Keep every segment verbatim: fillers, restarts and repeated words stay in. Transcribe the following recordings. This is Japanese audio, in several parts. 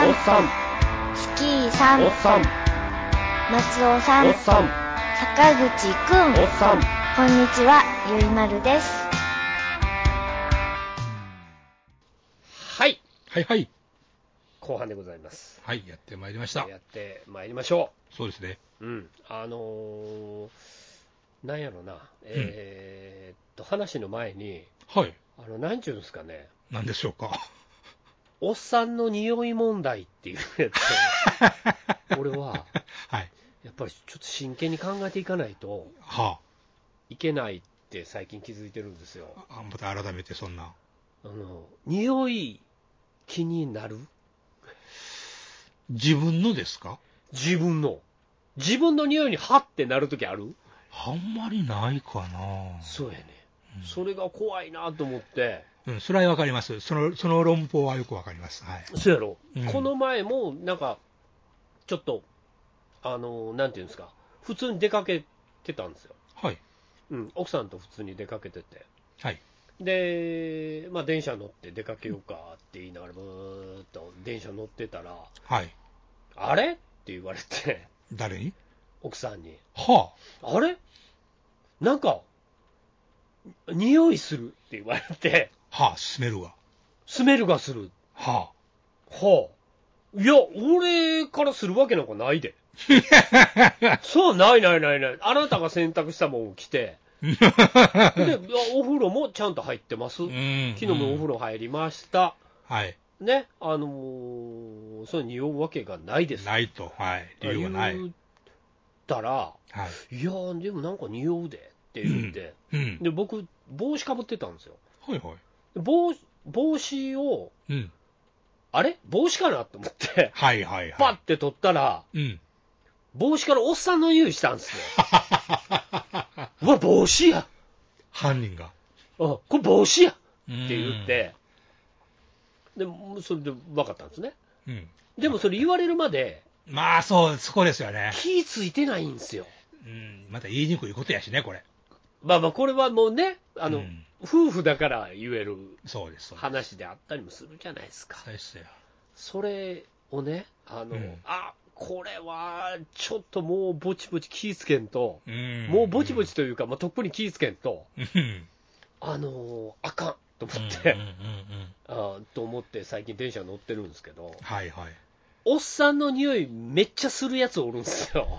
さん、 おっさん、 スキーさん、 おっさん、 松尾さん、 おっさん、 坂口くん、 おっさん。 こんにちは、ゆいまるです。 はい、 はいはい。 後半でございます。 はい、やってまいりました。 やってまいりましょそうですね。 う。うん、あのー、なんやろな、えーっと、話の前に、 はい。 あの、なんちゅうんですかね、 何でしょうか。 おっさんの匂い問題っていうやつを、俺は、 はい。 やっぱりちょっと真剣に考えていかないとはいけないって最近気づいてるんですよ。 あ。また改めてそんな。 あの、匂い気になる？ 自分のですか？ 自分の。自分の匂いにハッてなるときある？ あんまりないかな。 そうやね、 うん、 それが怖いなと思って。 うん、それはわかります。その、その論法はよくわかります。はい。 そうやろ、 うん、 この前もなんかちょっとあのなんていうんですか、普通に出かけてたんですよ。 はい。 うん、奥さんと普通に出かけてて、 はい。 で、まあ、電車乗って出かけようかって言いながら、ブーっと電車乗ってたら、 はい。 あれって言われて、 誰に？ 奥さんに、 はあれなんか、匂いするって言われて、 あ。はあ、スメルが。 スメルがする。 ははあ。いや、俺からするわけなんかないで。そう、ないないないない。あなたが洗濯したもんを着て、で、お風呂もちゃんと入ってます。 あ。うん。 昨日もお風呂入りました。 はい。 ね、あのー、それ匂うわけがないです。 ないと。はい。理由はない。 言ったら、 はい。 いやー、でもなんか匂うでって言って、 うん。うん。 で、僕、帽子かぶってたんですよ。 はいはい。 帽帽子を、 うん。 あれ帽子かなと思って、 はいはいはい。 パッて取ったら、 うん。 帽子からおっさんの匂いしたんですよ。うわ、帽子や。 犯人が。 あ、これ帽子やって言言って、で、それで分かったんですね。 うん。 でもそれ言われるまで、 まあ、そう、そこですよね。 気ぃついてないんですよ。 うん。また言いにくいことやしね、これ。 まあまあ、これはもうね、あの、 うん、 夫婦だから言えるそうです、そうです。 話であったりもするじゃないですか。 そうですよ。 それをね、あの、 うん、 あ、これはちょっともうぼちぼち気ぃつけんと、 うん、 もうぼちぼちというか、まあ、とっくに気ぃつけんと、 うん、 あのあかんと思うん、うん、 って、 うん、 あと思って最近電車乗ってるんですけど、 はいはい。 おっさんの匂いめっちゃするやつおるんですよ。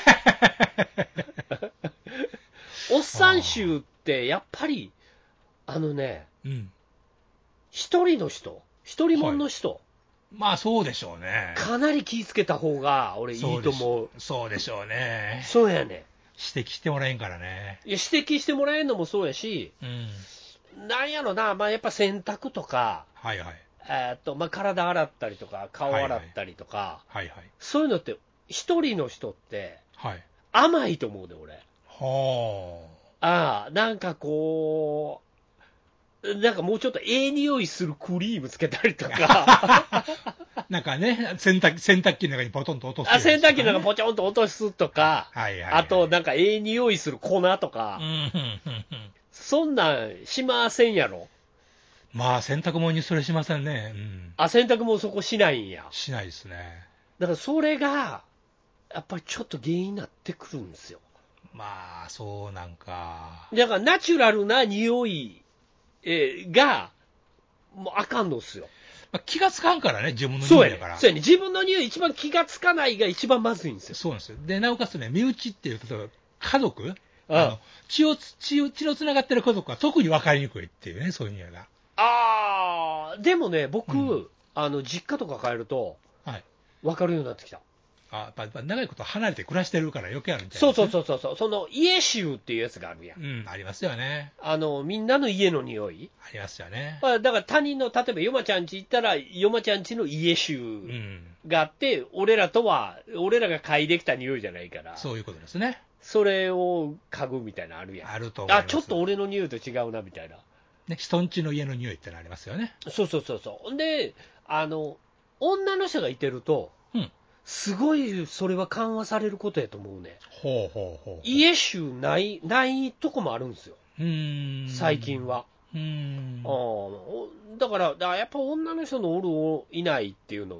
おっさん臭ってやっぱり、あのね、 うん。 一人の人、一人もんの人、はい、 まあそうでしょうね。 かなり気ぃつけた方が俺いいと思う。 そうでしょうね。 そうやね。 指摘してもらえんからね。 いや、指摘してもらえるのもそうやし、 うん。 なんやろな、まあやっぱ洗濯とか、 はいはい。 えーっと、まあ体洗ったりとか、顔洗ったりとか、 はいはい。 そういうのって、一人の人って、 はい。 甘いと思うで、俺。 はああ、なんかこう、なんかもうちょっとええ匂いするクリームつけたりとか。 あ。なんかね、洗濯、洗濯機の中にポトンと落とす、ね。 あ、洗濯機の中ポチョンと落とすとか、 はいはいはい、 あとなんかええ匂いする粉とか、 うん、うん、うん。 そんなんしませんやろ。 まあ洗濯物にそれしませんね。うん。 あ、洗濯もそこしないんや。 しないですね。 だからそれが、やっぱりちょっと原因になってくるんですよ。 まあ、そうなんか。 だからナチュラルな匂い、えーが、もうあかんのっすよ。 まあ、気がつかんからね、自分のそうやね匂いだから。 そうやね。自分の匂い一番気がつかないが一番まずいんですよ。 そうなんですよ。で、なおかつね、身内っていう、例えば家族、 ああの血を血を、血のつながってる家族は特に分かりにくいっていうね、そういう匂いが。 あー、でもね、僕、 うん、 あの、実家とか帰ると、 はい。 分かるようになってきた。 あやっぱ長いこと離れて暮らしてるから余計あるみたいな、 そうそうそうそうそう、その家臭っていうやつがあるやん。 うん、ありますよね。 あの、みんなの家の匂い。 ありますよね。 あだから他人の、例えばヨマちゃん家行ったら、ヨマちゃん家の家う臭ん。 があって、俺らとは、俺らが嗅いできた匂いじゃないから、 そういうことですね。 それを嗅ぐみたいなのあるやん。 あると思います。 あ、ちょっと俺の匂いと違うなみたいな。 ね、人んちの家の匂いってのありますよね。 そうそうそうそう。で、あの、女の人がいてると、 うん。 すごいそれは緩和されることやと思うね。 ほうほうほう。 家臭ないないとこもあるんですよ、 うーん。 最近は。 うーん。 あだから、だからやっぱ女の人のおるいないっていうのは、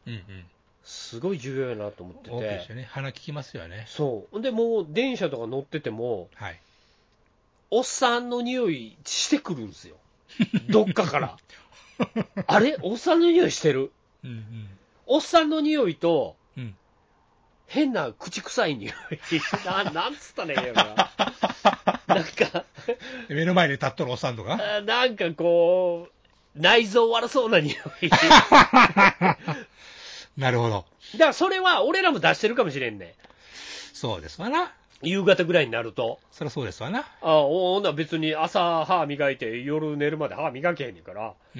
うんうん。 すごい重要やなと思ってて。 大きいですよね。鼻利きますよね。 そう。で、もう電車とか乗ってても、 はい。 おっさんの匂いしてくるんですよ。どっかから。あれおっさんの匂いしてる。 うんうん。 おっさんの匂いと、 うん。 変な口臭い匂い。ななんつったらええやろな。なんか、 目の前に立っとるおっさんとかあなんかこう、内臓悪そうな匂い。 なるほど。 だからそれは俺らも出してるかもしれんね。 そうですわな。 夕方ぐらいになると。 そりゃそうですわな。 ああ、ほんなら別に朝歯磨いて夜寝るまで歯磨けへんねんから、 うん。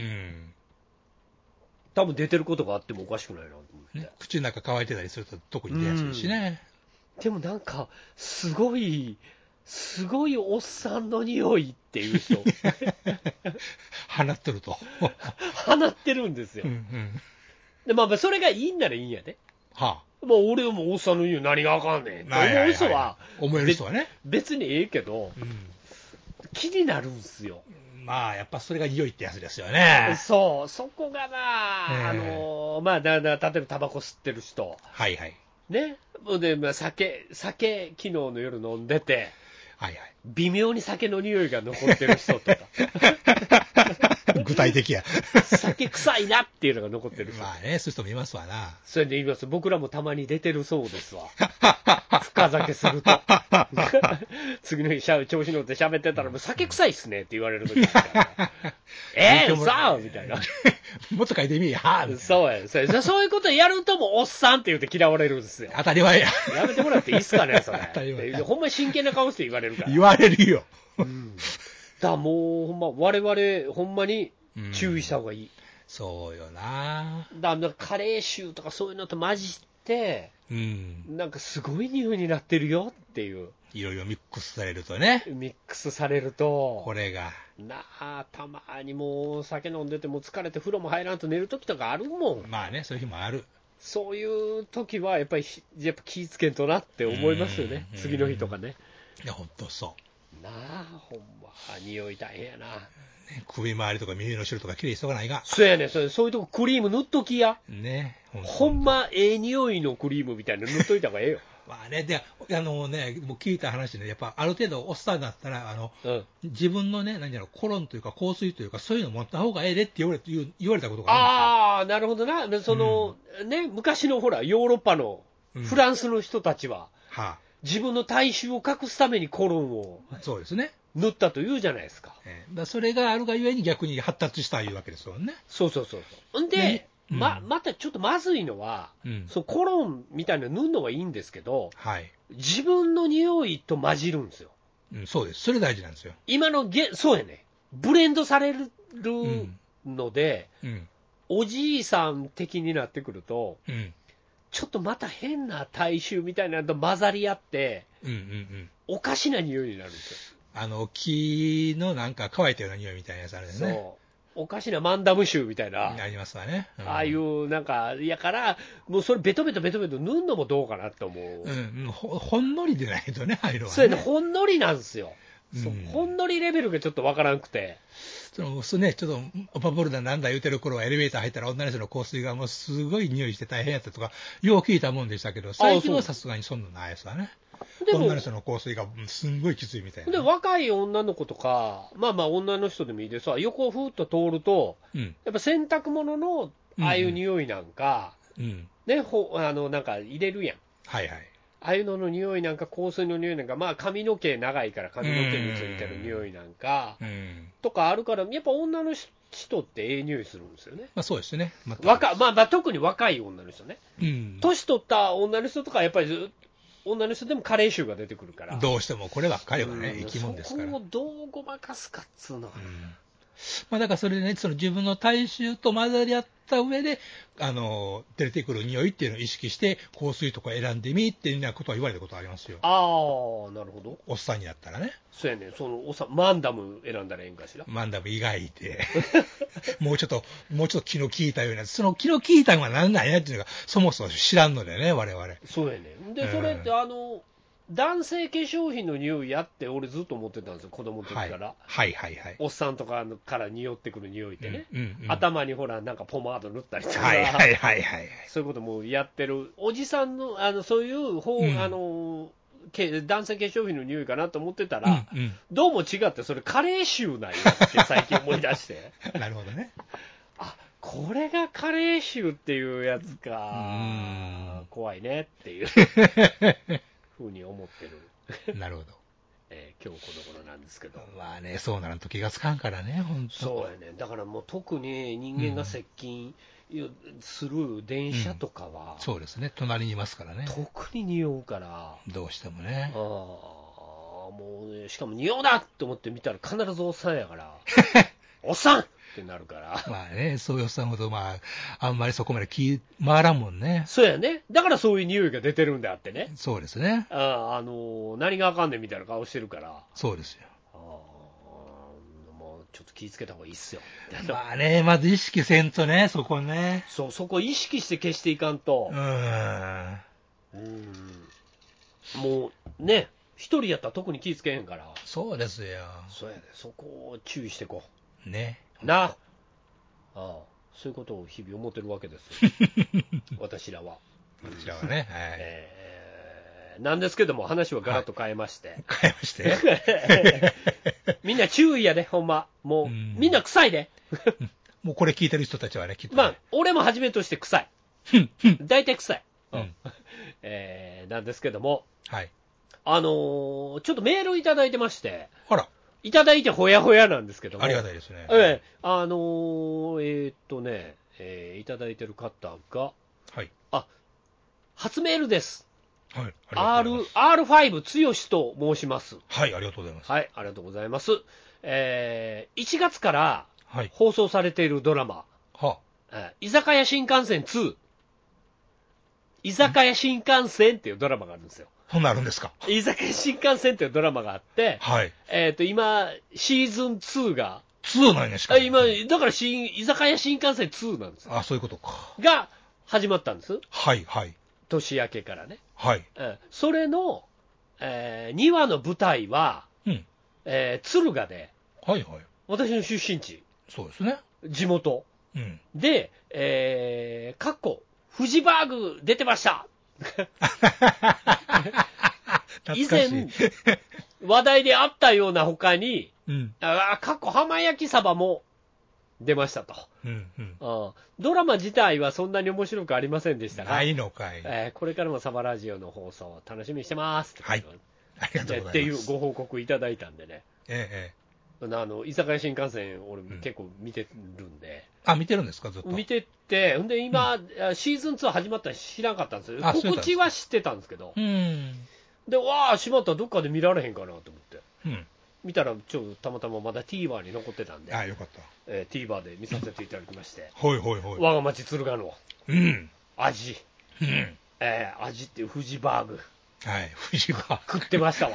多分出てることがあってもおかしくないなと思って。 ね、口の中乾いてたりすると特に出やすいしね。 でもなんか、すごい、すごいおっさんの匂いっていう人、 放っとると。 放ってるんですよ。 うんうん。 でまあまあ、それがいいんならいいんやで。 はまあ、俺はもうおっさんの匂い何があかんねんって思う人は、 思える人はね。 別にええけど、 うん。 気になるんすよ。 まあ、やっぱそれが匂いってやつですよね。 そう、そこがな、 ええあのまあ、だだ例えばタバコ吸ってる人、 はいはい。 ね、で、まあ、酒、酒、昨日の夜飲んでて、 はいはい。 微妙に酒の匂いが残ってる人とか、 具体的や。 酒臭いなっていうのが残ってる人、 まあね、そういう人もいますわな。 それで言います、僕らもたまに出てるそうですわ、深酒すると、次の日、しゃ調子乗って喋ってたら、もう酒臭いっすねって言われるときあるから、えー、さあみたいな。 もっと書いてみいや、はぁそうや、そうや、そういうことやるともうおっさんって言って嫌われるんですよ。 当たり前や。 やめてもらっていいっすかね、それ。 当たり前やほんまに真剣な顔して言われるから。 言われるよ。 うん。だからもう、ほんま、我々、ほんまに注意した方がいい。 そうよな。 だから、カレー臭とかそういうのと混じって、 うん。 なんかすごい匂いになってるよっていう。 いろいろミックスされるとね。 ミックスされると。 これが。 なあ、たまにもう酒飲んでても疲れて風呂も入らんと寝るときとかあるもん。 まあね、そういう日もある。 そういう時はやっぱりやっぱ気ぃつけんとなって思いますよね、次の日とかね。 いや、ほんとそなあ、ほんま、匂い大変やな。 ね、首周りとか耳の後ろとかきれいにしとかないが。 そうやねん、そうそういうとこクリーム塗っときや。 ね。 ほんま、ええ匂いのクリームみたいなの塗っといた方がええよ。 まあね、で、あのね、もう聞いた話でね、やっぱある程度おっさんだったら、あの、 うん、 自分のね、何やろ、コロンというか香水というか、そういうの持った方がええでって言われ言う言われたことがあああ、なるほどな。その、うん、ね、昔のほら、ヨーロッパの、フランスの人たちは、 うん、はあ、 自分の体臭を隠すためにコロンをそうですね。 塗ったというじゃないですか。 えー、だそれがあるがゆえに逆に発達したいうわけですよね。 そうそうそうそう。んで、 うん、 ま、またちょっとまずいのは、うん、そうコロンみたいなの塗るのはいいんですけど、 はい、 自分の匂いと混じるんですよ。 うん、そうです。それ大事なんですよ。 今のゲ、そうやね。ブレンドされるので、うんうん、おじいさん的になってくると、うん、ちょっとまた変な体臭みたいなのと混ざり合って、うんうんうん、おかしな匂いになるんですよ。 あの、木のなんか乾いたような匂いみたいなやつあるんですね。そう。 おかしなマンダム臭みたいな。 ありますわね。 うん、ああいう、なんか、やから、もうそれベトベトベトベト塗るのもどうかなって思う。 うん、ほ, ほんのりでないとね、ああいうのは、ね。 そうやね、ほんのりなんですよ。うん、そうほんのりレベルがちょっとわからなくて。 そのそね、ちょっと、オパボルダなんだ言うてる頃はエレベーター入ったら女の人の香水がもうすごい匂いして大変やったとか、よう聞いたもんでしたけど、最近はさすがにそんなのないですわね。女の人の香水がすんごいきついみたいな、ね。 で、若い女の子とか、まあまあ女の人でもいいですわ、横をふーっと通ると、うん、やっぱ洗濯物のああいう匂いなんか、うんうん、ね、ほあのなんか入れるやん。 はいはい。 ああいうのの匂いなんか、香水の匂いなんか、まあ髪の毛長いから髪の毛についてる匂いなんか、とかあるから、やっぱ女の人ってええ匂いするんですよね。 まあそうですね。 ま若まあまあ特に若い女の人ね。うん、年取った女の人とかやっぱりずっと女の人でも加齢臭が出てくるから。 どうしてもこればっかりはね、うん、生き物ですから。 そこをどうごまかすかっつうのは、うんまあ、だからそれでね、その自分の体臭と混ざり合った上で、あの、出てくる匂いっていうのを意識して、香水とか選んでみっていうようなことは言われたことありますよ。 ああ、なるほど。 おっさんになったらね。 そうやね、そのおっさん、マンダム選んだらええんかしら。 マンダム以外で、もうちょっと、もうちょっと気の利いたような、その気の利いたのは何なんやっていうのが、そもそも知らんのでね、我々。 そうやね。で、それって、あの、 男性化粧品の匂いやって俺ずっと思ってたんですよ、子供の時から、 はい、はいはいはいおっさんとかから匂ってくる匂いってね、 うんうんうん、 頭にほらなんかポマード塗ったりとか、 はいはいはいはい、 そういうこともやってるおじさんの、あのそういう方、うん、あの男性化粧品の匂いかなと思ってたら、うんうん、どうも違って、それカレー臭なんやって最近思い出してなるほどね、 あ、これがカレー臭っていうやつか、怖いねっていうふうに思ってるなるほど、 えー、今日この頃なんですけど、 まあね、そうなると気がつかんからね、本当そうやね、だからもう特に人間が接近する電車とかは、 うん、そうですね、隣にいますからね、 特に匂うから、 どうしてもね、 あもうね、しかも匂うなって思って見たら必ずおっさんやからおっさんってなるからまあね、そういうおっさんほど、まあ、あんまりそこまで気回らんもんね。 そうやね。だからそういう匂いが出てるんであってね。 そうですね。 あ、あの、何があかんねんみたいな顔してるから。 そうですよ。 あもうちょっと気ぃつけた方がいいっすよ。 まあね、まず意識せんとね、そこね。 そう、そこ意識して消していかんと。 うーん。 うん。もうね、一人やったら特に気ぃつけへんから。 そうですよ。 そうやね。そこを注意していこう。ね。 な。ああ、そういうことを日々思ってるわけです。私らは。 私らはね。はい。 えー、なんですけども、話はガラッと変えまして。はい、 変えましてみんな注意やで、ほんま。もう、うんみんな臭いで。 もうこれ聞いてる人たちはね、きっと、 ね。まあ、俺もはじめとして臭い。大体臭い。うん。えー、なんですけども。 はい。 あのー、ちょっとメールいただいてまして。 あら。 いただいてほやほやなんですけども。 ありがたいですね。 ええー、あのー、えー、っとね、えー、いただいてる方が、 はい。 あ、初メールです。 はい。 アール、アールファイブ 剛と申します。 はい、ありがとうございます。 はい、ありがとうございます。えー、いちがつから放送されているドラマ、 はあ、居酒屋新幹線ツー。居酒屋新幹線っていうドラマがあるんですよ。 そんなあるんですか。 居酒屋新幹線っていうドラマがあって、 はい。 えっと、今、シーズンツーが、 ツーなんやしか。 今、だから新、居酒屋新幹線ツーなんですよ。 あ、そういうことか。 が始まったんです。 はい、はい。 年明けからね。 はい。 うん、それの、えー、にわの舞台は、うん、えー、敦賀で、 はいはい。 私の出身地。 そうですね。 地元。 うん、 で、えー、かっこ、フジバーグ出てました以前、話題であったような他に、うん、あかっこ浜焼きサバも出ましたと、うんうん、あドラマ自体はそんなに面白くありませんでしたが、 ないのかい、 えー、これからもサバラジオの放送を楽しみにしてますはい、ありがとうございますっていうご報告いただいたんでね、 ええ、 あの居酒屋新幹線俺結構見てるんで、 うん、あ見てるんですかずっと見てて、んで今、うん、シーズンツー始まったら知らなかったんですよ。告知は知ってたんですけど、うんでわあしまったらどっかで見られへんかなと思って、うん見たらちょっとたまたままだ TVer に残ってたんで、 あよかった、 えー、TVer で見させていただきまして、 ほいほいほい、 我が町敦賀の、うん、味、 うん、 えー、味っていうフジバーグ、 はい、フジバーグ食ってましたわ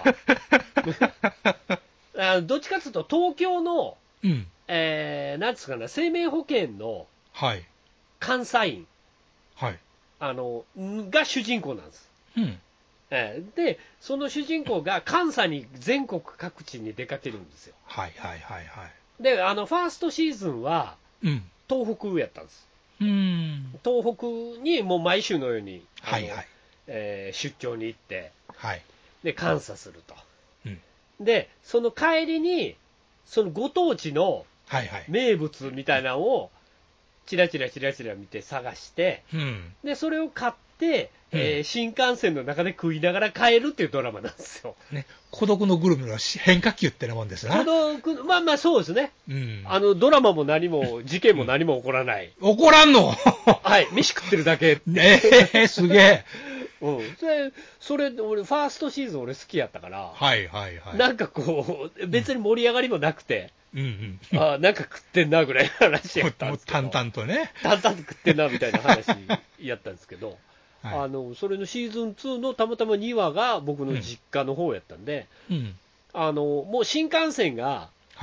あどっちかというと東京の、うんえー、なんですかね、生命保険の監査員、 はい、 あのが主人公なんです、うんえー、でその主人公が監査に全国各地に出かけるんですよ。 はいはいはいはい。 であのファーストシーズンは、うん、東北やったんです。うん東北にもう毎週のように、はいはいえー、出張に行って、はい、で監査すると、うん、でその帰りにそのご当地の名物みたいなのをチラチラチラチラ見て探して、うん、でそれを買ってで、うんえー、新幹線の中で食いながら帰るっていうドラマなんですよ。 ね、孤独のグルメの変化球ってなもんですね。 孤独、まあまあそうですね。うん、あのドラマも何も事件も何も起こらない。 うん、起こらんのはい、飯食ってるだけ。 ええー、すげえ。 うん、それ、それ俺ファーストシーズン俺好きやったから、 はいはいはい。 なんかこう別に盛り上がりもなくて、うんうん、あなんか食ってんなぐらいの話やったんですけど。 淡々とね。 淡々と食ってんなみたいな話やったんですけど。はい、あのそれのシーズンツーのたまたまにわが僕の実家の方やったんで、うん、あのもう新幹線が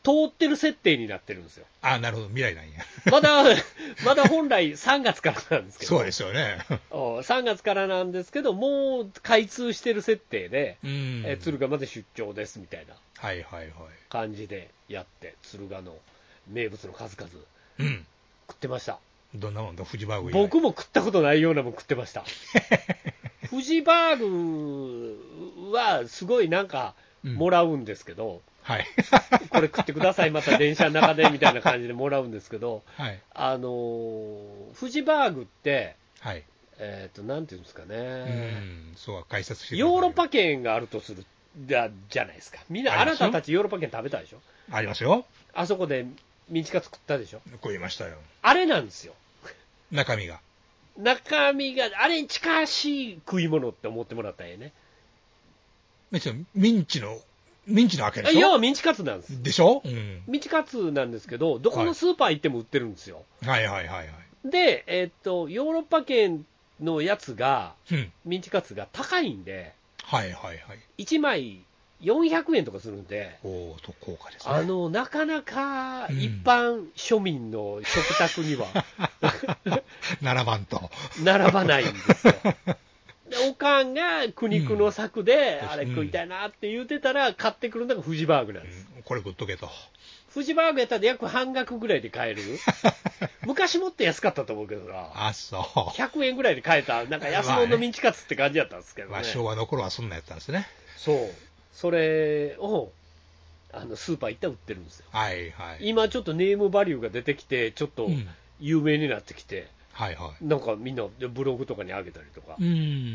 通ってる設定になってるんですよ。 あ、なるほど、未来なんや。 まだ、まだ本来さんがつからなんですけど。 そうですよね。 さんがつからなんですけど、もう開通してる設定で、 うん。 え敦賀まで出張ですみたいなはいはいはい。 感じでやって、敦賀の名物の数々、 うん。 食ってました。 どんなもんだ、フジバーグ。 僕も食ったことないようなもん食ってました。フジバーグはすごいなんかもらうんですけど、うんはい、 これ食ってください、また電車の中でみたいな感じでもらうんですけど、 はい、 あのー、フジバーグって、 はい、 えっ、ー、と、なんていうんですかね、 うんそう解説してヨーロッパ圏があるとするじゃじゃないですか、みんな、あなたたちヨーロッパ圏食べたでしょ、 ありますよ、 あそこでミンチカツ食ったでしょ、 食いましたよ、 あれなんですよ、 中身が。 中身が、あれに近しい食い物って思ってもらったらええね。 ミンチのミンチのわけでしょ。 要はミンチカツなんです。 でしょ、うん、 ミンチカツなんですけど、どこのスーパー行っても売ってるんですよ。 はい、はいはいはいはい。 で、えーっと、ヨーロッパ圏のやつが、 うん、 ミンチカツが高いんで、 はいはいはい。 いちまいよんひゃくえんとかするんで、 おーと高価ですね。 あの、なかなか一般庶民の食卓には、 うん、並ばんと。 並ばないんですよ。でおかんが苦肉の策で、うん、あれ食いたいなって言うてたら、買ってくるのがフジバーグなんです、 うん、これ食っとけと。 フジバーグやったら約半額ぐらいで買える昔もっと安かったと思うけどな。 あ、そう。 ひゃくえんぐらいで買えた、なんか安物のミンチカツって感じだったんですけどね。 まあ、昭和の頃はそんなやったんですね。 そう。それを、あの、スーパー行ったら売ってるんですよ。 はいはい。 今ちょっとネームバリューが出てきて、ちょっと有名になってきて、うんはいはい、 なんかみんなブログとかに上げたりとか、 うん、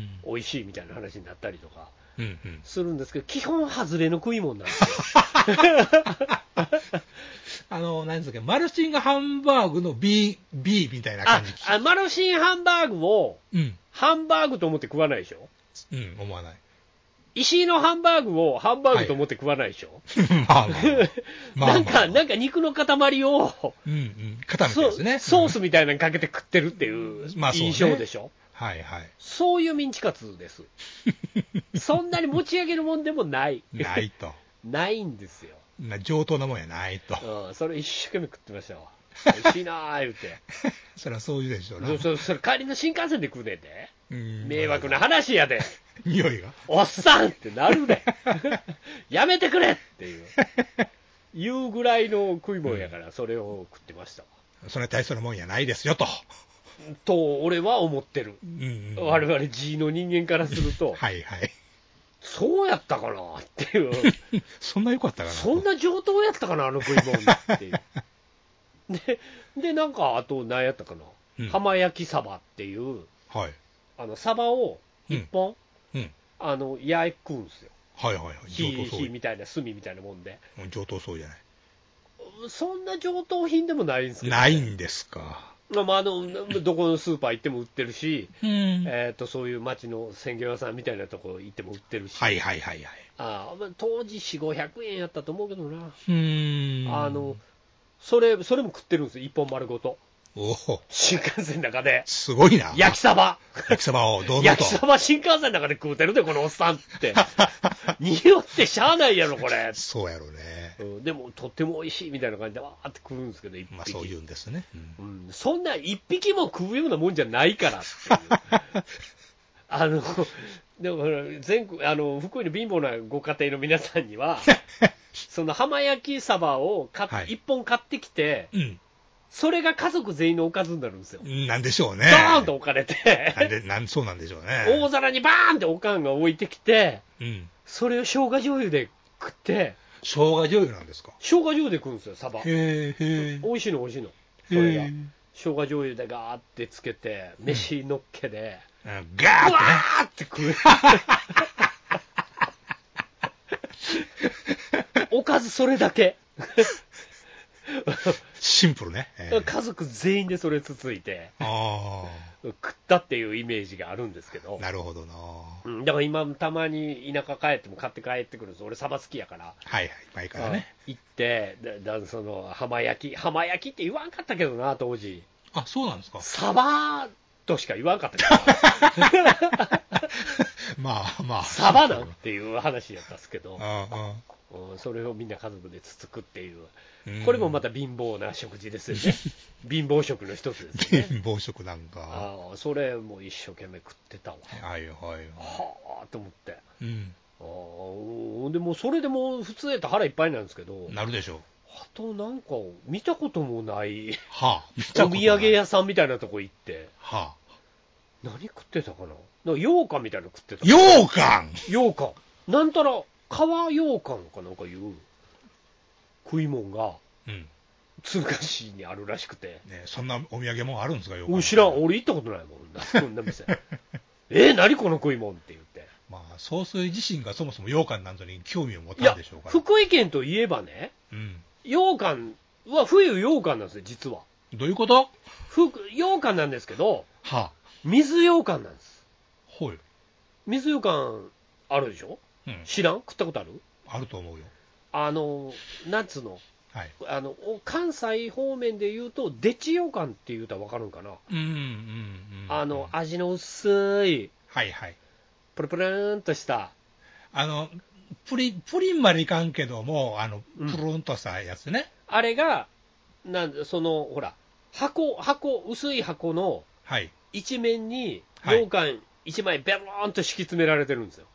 美味しいみたいな話になったりとかするんですけど、うんうん、基本外れの食い物なんですよ。 あの、何ですか、マルシンがハンバーグの B、B みたいな感じ。 あ、あマルシンハンバーグを、 うん、 ハンバーグと思って食わないでしょ。 うん、思わない。 石井のハンバーグをハンバーグと思って食わないでしょ。 はい、まあまあ。 なんか、なんか肉の塊を、 うんうん、固めてですね。 ソースみたいなのかけて食ってるっていう印象でしょ。 まあそうね、はいはい。 そういうミンチカツです。そんなに持ち上げるもんでもない。 ないと。 ないんですよ。 な上等なもんやないと。 うん、それ一生懸命食ってましたわ。美味しいなー言うて。 そりゃそういうでしょうな。 そ, そ, それ帰りの新幹線で食うねんで。うん迷惑な話やで。 匂いが。 おっさんってなるで。やめてくれっていう。いうぐらいの食い物やから、それを食ってましたわ。 それ大層なもんやないですよと。 と、俺は思ってる。 うんうん、 我々 G の人間からすると。 はいはい。 そうやったかなっていう。 そんな良かったかな。 そんな上等やったかな、あの食い物っていう。で、で、なんか、あと何やったかな。うん、浜焼きサバっていう、はい、あの、サバを一本、うんうん、あの、焼くんですよ。 はいはいはい。 火、火みたいな、炭みたいなもんで。 上等そうじゃない。 そんな上等品でもないんですけど、ね。 ないんですか。 まあ、あの、どこのスーパー行っても売ってるし、 うん、 えっと、そういう町の鮮魚屋さんみたいなところ行っても売ってるし。 はいはいはいはい。 ああ、当時よん、ごひゃくえんやったと思うけどな。 うーん。 あの、それ、それも食ってるんですよ、一本丸ごと。 おお。 新幹線の中で。 すごいな。 焼きサバ。 焼きサバをどうぞと。 焼きサバ新幹線の中で食うてるで、このおっさんって。匂ってしゃあないやろ、これ。 そうやろね、 うん。でも、とっても美味しいみたいな感じで、わーって食うんですけど、一匹。 まあそういうんですね。 うん。うん、そんな一匹も食うようなもんじゃないからっていう。あの、でも、全国、あの、福井の貧乏なご家庭の皆さんには、その浜焼きサバを買っ、はい、一本買ってきて、うん、それが家族全員のおかずになるんですよ。 なんでしょうね。 ドーンと置かれて。 なんで、なんそうなんでしょうね。 大皿にバーンっておかんが置いてきて、 うん、 それを生姜醤油で食って。 生姜醤油なんですか？ 生姜醤油で食うんですよ、サバ。 へーへー。 美味しいの美味しいの。それが。生姜醤油でガーってつけて、飯のっけで、 うん、ガーって、ね、 わーって食う。おかずそれだけ。 シンプルね、 えー、家族全員でそれつついてあ食ったっていうイメージがあるんですけど。 なるほどな、 うん、だから今たまに田舎帰っても買って帰ってくるんです。俺サバ好きやから。 はいはい、前からね行ってだだその浜焼き浜焼きって言わんかったけどな当時。 あ、そうなんですか。 サバとしか言わんかったけどまあまあサバなんっていう話やったんですけど、 ああ、 うん、それをみんな家族でつつくっていう、 うん、 これもまた貧乏な食事ですよね。貧乏食の一つですよね。 貧乏食なんか。 ああ、それも一生懸命食ってたわ。 はいはいはい。 はあと思って。 うん。 ああ、でもそれでも普通やったら腹いっぱいなんですけど。 なるでしょう。 あとなんか見たこともない、 はあ、見たおことない土産屋さんみたいなとこ行って、 はあ、 何食ってたかな、なんか羊羹みたいなの食ってた。 羊羹羊羹なんたら皮羊羹かなんかいう食い物が、うん、敦賀市にあるらしくて、 ね、そんなお土産もあるんですか、羊羹。知らん、俺行ったことないもん、そんな店。えー、何この食い物って言って。 まあ、総帥自身がそもそも羊羹なんぞに興味を持たんでしょうから。 福井県といえばね、うん、羊羹は冬羊羹なんですよ、実は。 どういうこと？ 羊羹なんですけど、 はあ、 水羊羹なんです。 ほい。 水羊羹あるでしょ、うん、知らん？食ったことある？ あると思うよ。 あの、夏の、 はい、 あの関西方面で言うと、デチ羊羹って言うたら分かるんかな。 うんうんうん、 あの、味の薄い、 はいはい。 プルプルーンとした。 あの、プリン、プリンまでいかんけども、あの、プルーンとしたやつね。 うん、あれが、なんその、ほら、箱、箱、薄い箱の一面に羊羹一枚ベローンと敷き詰められてるんですよ。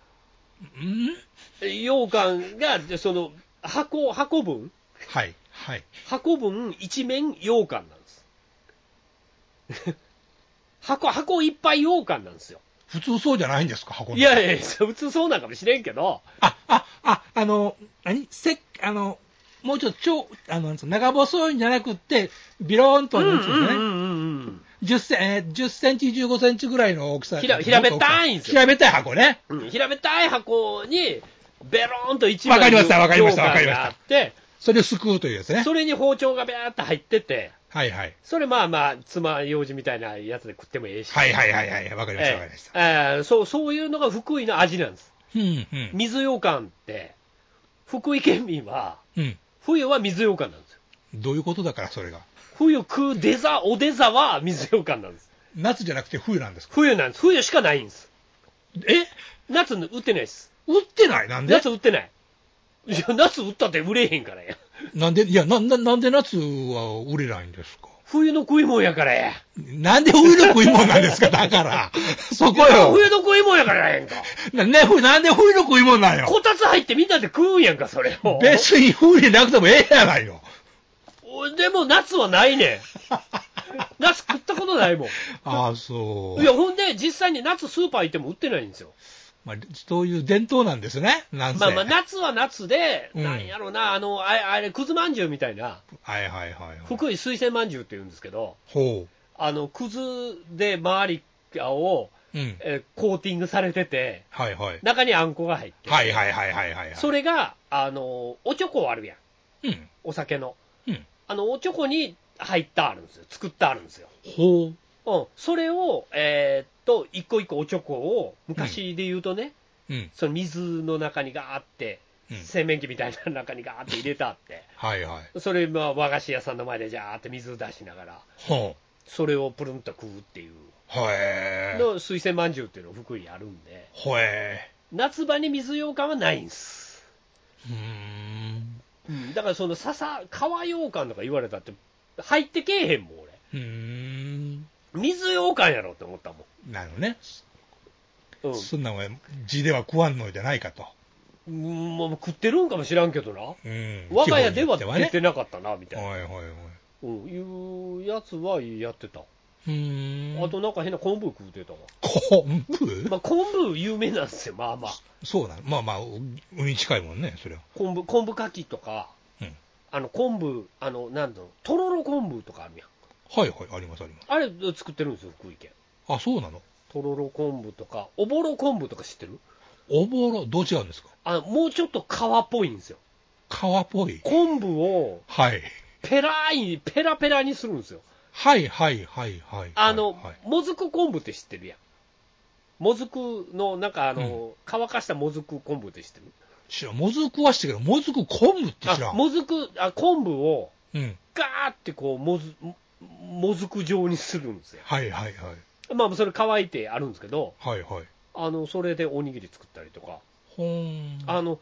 ん？ 羊羹が、その、箱、箱分はい、はい。 箱分一面羊羹なんです。箱、箱いっぱい羊羹なんですよ。 普通そうじゃないんですか、箱の。 いやいや、普通そうなんかもしれんけど。 あ、あ、あ、あの、何せ、あの、もうちょっと超、あの、長細いんじゃなくって、ビローンと、なんつうんですね。じゅっセン、えー、じゅっセンチ、じゅうごセンチぐらいの大きさ。 平、平べったいんですよ。 平べったい箱ね。 うん、平べったい箱に、ベローンと一枚わかりました、わかりました、わかりました。 あって、 それをすくうというやつね。 それに包丁がビャーって入ってて、 はいはい。 それまあまあ、つまようじみたいなやつで食ってもええし。 はいはいはいはい、わかりました、わかりました。 えー、そう、そういうのが福井の味なんです。 うんうん、 水羊羹って、福井県民は、うん、冬は水羊羹なんですよ。 どういうことだから、それが。 冬食うデザ、おデザは水羊羹なんです。 夏じゃなくて冬なんですか？ 冬なんです。冬しかないんです。 え？ 夏売ってないです。 売ってない？なんで？ 夏売ってない。いや、夏売ったって売れへんからや。 なんで、いや、な、な、なんで夏は売れないんですか？ 冬の食い物やからや。 なんで冬の食い物なんですか？だから。そこよ。 冬の食い物やからやんか。 な、ね、なんで冬の食い物なんよ。 こたつ入ってみんなで食うんやんか、それを。 別に冬でなくてもええやないの。 でも夏はないねん。夏食ったことないもん。 ああ、そう。 いや、ほんで、実際に夏スーパー行っても売ってないんですよ。 まあ、そういう伝統なんですね。なんせ。 まあまあ、夏は夏で、うん、なんやろうな、あの、あれ、あれ、くずまんじゅうみたいな。 はいはいはい、はい。 福井水仙まんじゅうって言うんですけど、 ほう。 あの、くずで周りを、うん、えコーティングされてて、 はいはい。 中にあんこが入ってて。 はいはいはいはいはい、はい。 それが、あの、おちょこあるやん。うん。お酒の。うん。あの、おちょこに入ったあるんですよ。作ってあるんですよ。 ほう。 うん。それを、えー、っと、一個一個おちょこを、昔で言うとね、うん、その水の中にガーって、うん、洗面器みたいな中にガーって入れてあって、 はいはい。 それ、まあ、和菓子屋さんの前でジャーって水出しながら、 ほう。 それをプルンと食うっていう。 への水仙まんじゅうっていうのが福井にあるんで、 へ夏場に水羊羹はないんです。 うーん。 うん、だからその笹、川羊羹とか言われたって、入ってけえへんもん、俺。 うーん。 水羊羹やろって思ったもん。なるほどね。 うん。 そんなんは字では食わんのじゃないかと。 うん、もう食ってるんかもしらんけどな。 うん。 我が家では出てなかったな、みたいな。 はいはいはい。 うん、いうやつはやってた。 うーん。 あとなんか変な昆布食うてたわ。 昆布？ まあ昆布有名なんですよ、まあまあ。 そうなの。まあまあ、海近いもんね、それは。 昆布、昆布かきとか、うん、あの昆布、あの、なんだろう、とろろ昆布とかあるやん。 はいはい、ありますあります。 あれ作ってるんですよ、福井県。 あ、そうなの？ とろろ昆布とか、おぼろ昆布とか知ってる？ おぼろ、どう違うんですか？ あ、もうちょっと皮っぽいんですよ。 皮っぽい？ 昆布を、 はい。 ペラい、ペラペラにするんですよ。 はいはいはいはい。 あの、 はい、 もずく昆布って知ってるやん。もずくの、なんかあの、うん、乾かしたもずく昆布って知ってる？ 知らん。もずくは知ってるけど、もずく昆布って知らん。 もずく、あ、昆布を、 うん、 ガーってこう、もず、もずく状にするんですよ。 はいはいはい。 まあ、それ乾いてあるんですけど、 はいはい。 あの、それでおにぎり作ったりとか。 ほーん。 あの、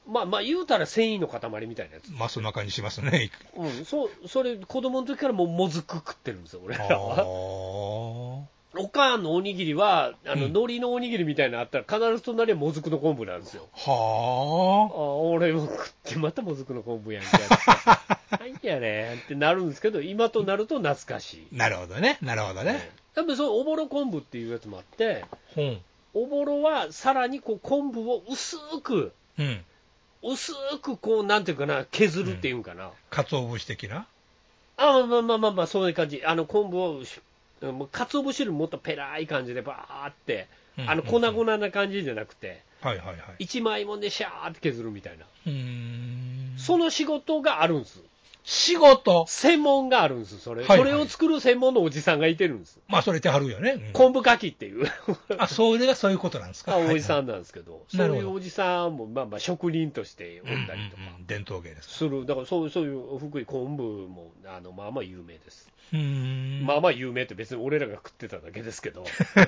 まあまあ言うたら繊維の塊みたいなやつ。 まあそんな感じしますね。 うん、そう、それ子供の時からもうもずく食ってるんですよ、俺らは。おかんのおにぎりは、あの、 うん海苔のおにぎりみたいなのあったら必ず隣はもずくの昆布なんですよ。 はあ、俺も食ってまたもずくの昆布やんみたいな。はいやねんってなるんですけど、今となると懐かしい。 なるほどね。なるほどね。 多分そう、おぼろ昆布っていうやつもあって、 うん。 おぼろはさらにこう昆布を薄く、 うん。 薄くこう、なんていうかな、削るっていうんかな。 鰹節的なあまあまあまあまあ、そういう感じ。あの、昆布を、もう鰹節よりもっとペラい感じでバーって、あの、粉々な感じじゃなくて、 はいはいはい。 一枚もんでシャーって削るみたいな。 うーん。 その仕事があるんです。 仕事専門があるんです、それ。 はいはい、 それを作る専門のおじさんがいてるんです。 まあ、それってはるよね。うん、 昆布かきっていう。 あ、それがそういうことなんですか。 あ、おじさんなんですけど、 はいはい、 そういうおじさんも、まあまあ、職人としておったりとか。 うんうんうん、伝統芸ですか。 する。だからそう、そういう福井昆布も、あの、まあまあ有名です。 うーん。 まあまあ有名って別に俺らが食ってただけですけど。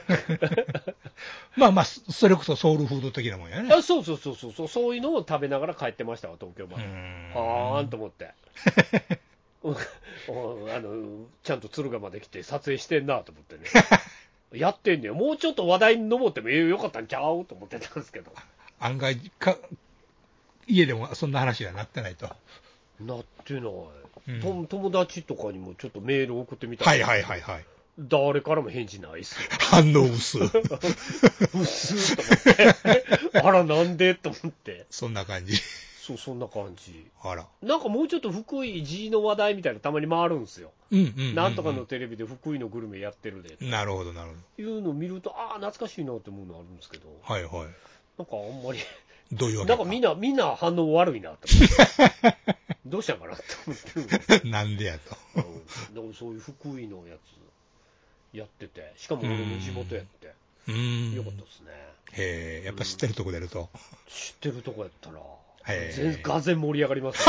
まあまあ、それこそソウルフード的なもんやね。 あ、そうそうそうそう、そういうのを食べながら帰ってましたわ、東京まで。はーんと思って。あのちゃんと敦賀まで来て撮影してんなと思ってね。やってんねよ。もうちょっと話題に上ってもよかったんちゃうと思ってたんですけど。 案外か、家でもそんな話がなってないと。 なってない。 うん、 と友達とかにもちょっとメール送ってみたはいはいはいはい。 誰からも返事ないっすよ。 反応薄。 薄と思って。あら、なんでと思って。 そんな感じ。 そう、そんな感じ。 あら。 なんかもうちょっと福井 G の話題みたいなたまに回るんですよ。 うんうんうんうん、 なんとかのテレビで福井のグルメやってるで。 なるほどなるほど。いうのを見ると、ああ、懐かしいなって思うのあるんですけど。 はいはい。 なんかあんまり。 どういうわけなんかみんな、みんな反応悪いなって思って。どうしたんかなって思ってるんですなんでやと。 うん、でもそういう福井のやつやってて、しかも俺の地元やって、 うーんよかったですね。 へえ、やっぱ知ってるとこ出ると。 知ってるとこやったら、 へ全がぜ盛り上がりました、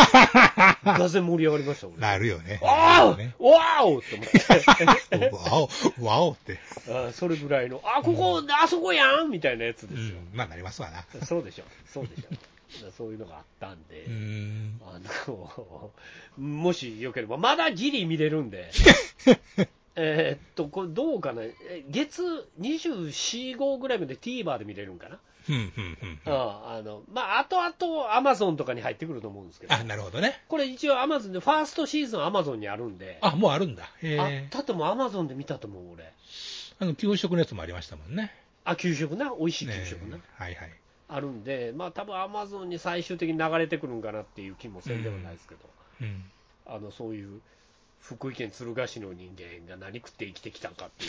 ね。がぜ盛り上がりました、俺。 なるよね。 ああ、ね、わーおって思って。 わお、わおって。 あそれぐらいの、あ、ここ、うん、あそこやんみたいなやつですよ。 うん、まあなりますわな。 そうでしょ、そうでしょ。そういうのがあったんで、 うんあのもしよければ、まだギリ見れるんで、えっと、これどうかな、月にじゅうよん号ぐらいまで TVer で見れるんかな。 うんうんうんああのまあ、あとあとアマゾンとかに入ってくると思うんですけど、 あ、なるほどね。 これ一応アマゾンで、ファーストシーズンアマゾンにあるんで、 あ、もうあるんだ。へあったともアマゾンで見たと思う、俺。 あの、給食のやつもありましたもんね。 あ、給食な、美味しい給食な。 ね、はいはい。 あるんで、まあ多分アマゾンに最終的に流れてくるんかなっていう気もせんでもないですけど、 うんうん、あのそういう福井県敦賀市の人間が何食って生きてきたかっていう、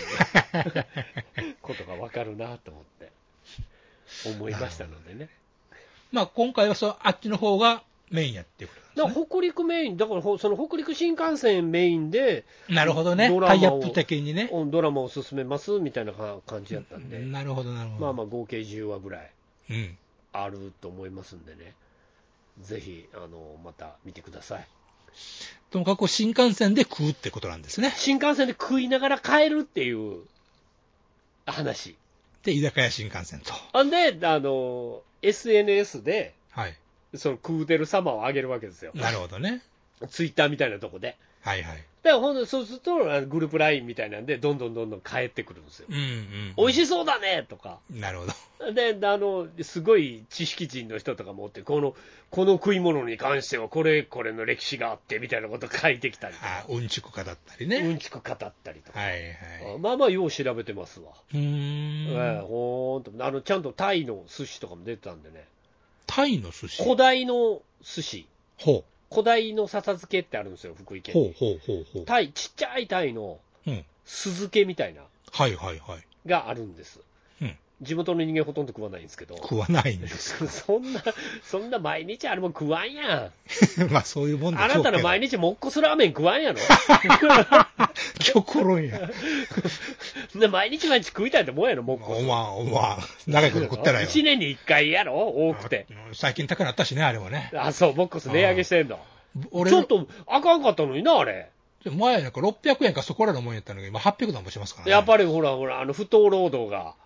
ね、ことが分かるなと思って思いましたのでね。 まあ今回はそあっちの方がメインやっていうことなんですね。 北陸メインだから、その北陸新幹線メインで、 なるほどね、タイアップ的にね、 ドラマを進めますみたいな感じやったんで、 なるほどなるほど、 まあまあ合計じゅうわぐらいうんあると思いますんでね、ぜひあのまた見てください。 ともかく新幹線で食うってことなんですね。 新幹線で食いながら帰るっていう話で、居酒屋新幹線と。 あんで、あの エスエヌエス で、 はい、 その食うてる様を上げるわけですよ。 なるほどね。 ツイッターみたいなとこで。 はいはい。 だからほんとそうすると、グループラインみたいなんで、どんどんどんどん帰ってくるんですよ。 うんうん、 美味しそうだねとか。 なるほど。 で、あの、すごい知識人の人とかもおって、この、この食い物に関しては、これ、これの歴史があって、みたいなこと書いてきたりとか。 あ、うんちく語ったりね。 うんちく語ったりとか。 はいはい。 まあまあ、よう調べてますわ。 うーん。 えー、ほーんと。あの、ちゃんとタイの寿司とかも出てたんでね。 タイの寿司古代の寿司。 ほう。 古代の笹漬けってあるんですよ、福井県に。 ほうほうほうほう。 タイ、ちっちゃいタイの酢漬けみたいな。 はいはいはい。 があるんです。 うん。 地元の人間ほとんど食わないんですけど。 食わないんです。 そんな、そんな毎日あれも食わんやん。まあそういうもんでしょうけど。 あなたの毎日もっこすラーメン食わんやろ極論や。 毎日毎日食いたいと思うやろ、もっこす。 おまん、おまん。長いこと食ったらよ。 一年に一回やろ、多くて。 最近高くなったしね、あれもね。 あ、そう、ボックス値上げしてんの。俺ちょっとあかんかったのにな、あれ。 前なんかろっぴゃくえんかそこらのもんやったのが今はっぴゃくなんもしますからね。 やっぱりほらほら、あの、不当労働が。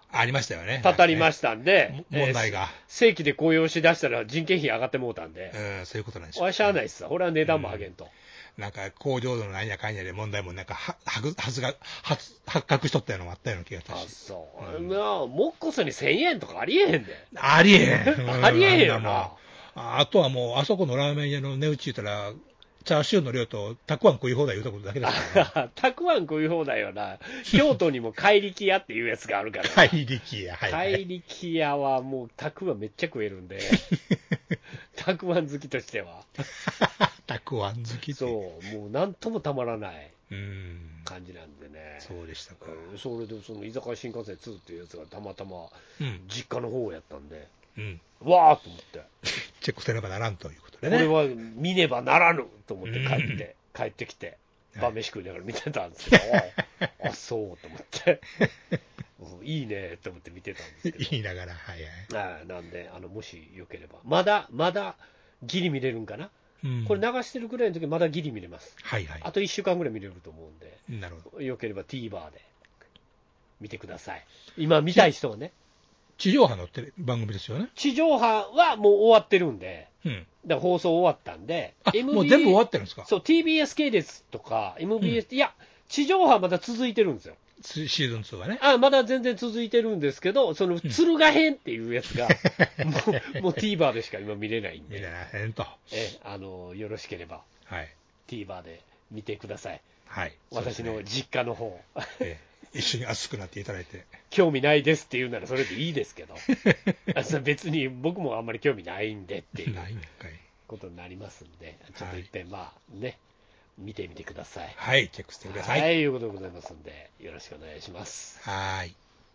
ありましたよね。 たたりましたんで、 ね、問題が、 えー、正規で雇用しだしたら人件費上がってもうたんで、 うん、そういうことなんでしょう、 ね。しゃあないっすわ。これは値段も上げんと。 うん、なんか工場のなんやかんやで問題もなんかはは発が発発覚しとったようなのもあったような気がしたし。 あ、そう。うん、まあ、もっこそにせんえんとかありえへんで。 ありえへん。 ありえへんよな。 あとはもう、あそこのラーメン屋の値打ち言ったら、チャーシューの量とたくあん食い放題言うたことだけですから、 ね。たくあん食い放題よな。京都にも怪力屋っていうやつがあるから。 怪力屋、はい、はい。 怪力屋はもうたくあんめっちゃ食えるんで。たくあん好きとしては。 たくあん好きって。 そう、もうなんともたまらない。 うん感じなんでね。 そうでしたか。 うん、それでその居酒屋新幹線ツーっていうやつがたまたま実家の方やったんで、うん、わーと思ってチェックせねばならんということでね。 これは見ねばならぬと思って帰って、うん、帰ってきて晩飯食いながら見てたんですけど、はい、あ, あそうと思っていいねと思って見てたんですけど言いながらはいはい。なんであのもしよければまだまだギリ見れるんかな。うん、これ流してるぐらいの時まだギリ見れます。 はいはい。 あといっしゅうかんぐらい見れると思うんで。 なるほど。 よければ TVer で見てください。今見たい人はね。 地上波のテレ番組ですよね。 地上波はもう終わってるんで、うん、だから放送終わったんで、 あ、エムビーエス、もう全部終わってるんですか。 そう、ティービーエス 系列とか、エムビーエス、うん、いや、地上波まだ続いてるんですよ。 シーズンツーはね。 あ、まだ全然続いてるんですけど、その、敦賀編っていうやつが、うん、もう、もう TVer でしか今見れないんで。 見れないへんと。 え、あの、よろしければ、はい、TVer で見てください。はい。私の実家の方。 ええ一緒に熱くなっていただいて興味ないですって言うならそれでいいですけど別に僕もあんまり興味ないんでっていうことになりますんでちょっと一遍まあね見てみてください。 はいチェックしてください。 はいいうことでございますんでよろしくお願いします。 はい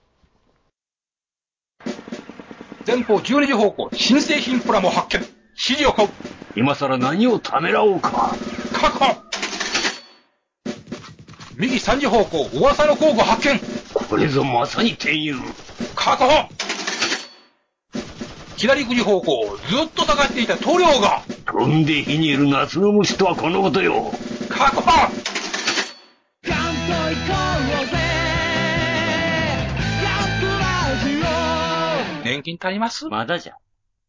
前方じゅうにじ方向新製品プラモ発見指示を買う。 今さら何をためらおうか。 確保。右さんじ方向噂の工具発見。 これぞまさに天佑。 確保。左くじ方向ずっと探していた塗料が飛んで火にいる夏の虫とはこのことよ。 確保。年金足ります？ まだじゃ。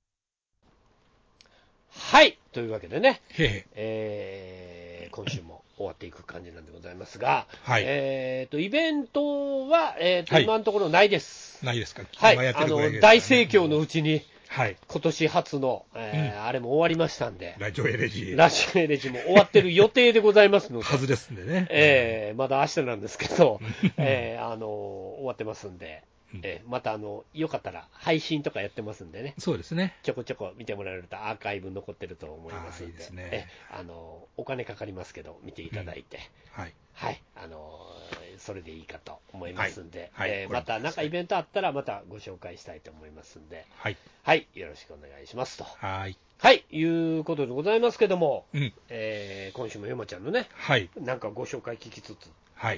はいというわけでねへへ、 えー、今週も終わっていく感じなんでございますが、 はい、 えーとイベントは、えーとはい、今のところないです。 ないですか。 はい、あの大盛況のうちに、 はい、 今年初の、えーうん、あれも終わりましたんで、 ラジオエレジー、 ラジオエレジーも終わってる予定でございますので、 はずですんでね、 えー、まだ明日なんですけど、えー、あの終わってますんで。えー、またあのよかったら配信とかやってますんでね、 そうですね、 ちょこちょこ見てもらえるとアーカイブ残ってると思いますんで、 いいですね、 えあのお金かかりますけど見ていただいて、うん、はい、はい、あのそれでいいかと思いますんで、はいはい、えー、また何かイベントあったらまたご紹介したいと思いますんで、はい、はい、よろしくお願いしますと。はい、はい、いうことでございますけども、うん、えー、今週もよまちゃんのね、はい、なんかご紹介聞きつつ、 はい、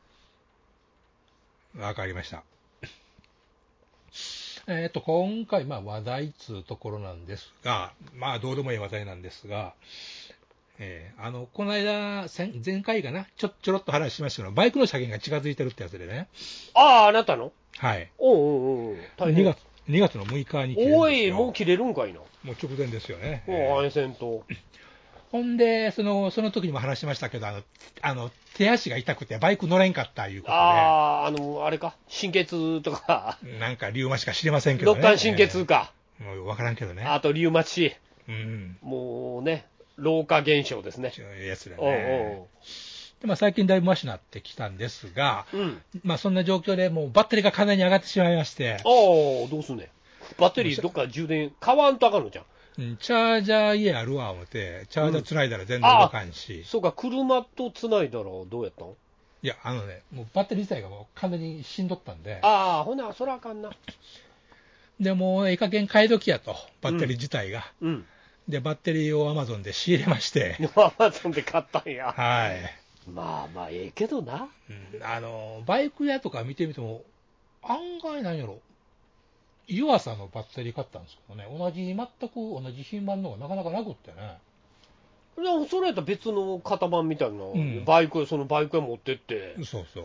わかりました。えー、と今回、まあ、話題つうところなんですが、まあ、どうでもいい話題なんですが、えー、あのこの間、前回かな、ちょちょろっと話しましたけど、バイクの車検が近づいてるってやつでね。 ああ、あなたのはい。 おうおうおう大変。 にがつ、にがつのむいかに切れるんですよ。 おい、もう切れるんかいな。 もう直前ですよね。 おう、安全と。 ほんで、その、その時にも話しましたけど、あの、あの手足が痛くてバイク乗れんかったいうことで。 ああ、あの、あれか、心血とか。 なんか、リウマチか知りませんけどね。 肋間神経痛か。 えー、もうわからんけどね。 あと、リウマチ。 うん。 もうね、老化現象ですね。 そういうやつだね。おうおうでまあ、最近だいぶマシになってきたんですが、うん、まあ、そんな状況でもうバッテリーがかなり上がってしまいまして。 ああ、どうすんねん。バッテリーどっか充電、買わんとあかんのじゃん。 うん、チャージャー家あるわ思って、チャージャーつないだら全然動かんし、 うん、そうか、車とつないだらどうやったの？ いや、あのね、もうバッテリー自体がもう完全にしんどったんで、 ああ、ほな、そらあかんな。 でもう、ええ加減買い時やと、バッテリー自体が。 うん。うん、 で、バッテリーをアマゾンで仕入れまして、 アマゾンで買ったんや。 はい。 まあまあ、ええけどな。 うん、あの、バイク屋とか見てみても、案外なんやろ。湯浅のバッテリー買ったんですけどね、同じ、全く同じ品番のがなかなかなくってね。 でもそれやったら別の型番みたいな、うん、バイク、そのバイク屋持ってって、 そうそう。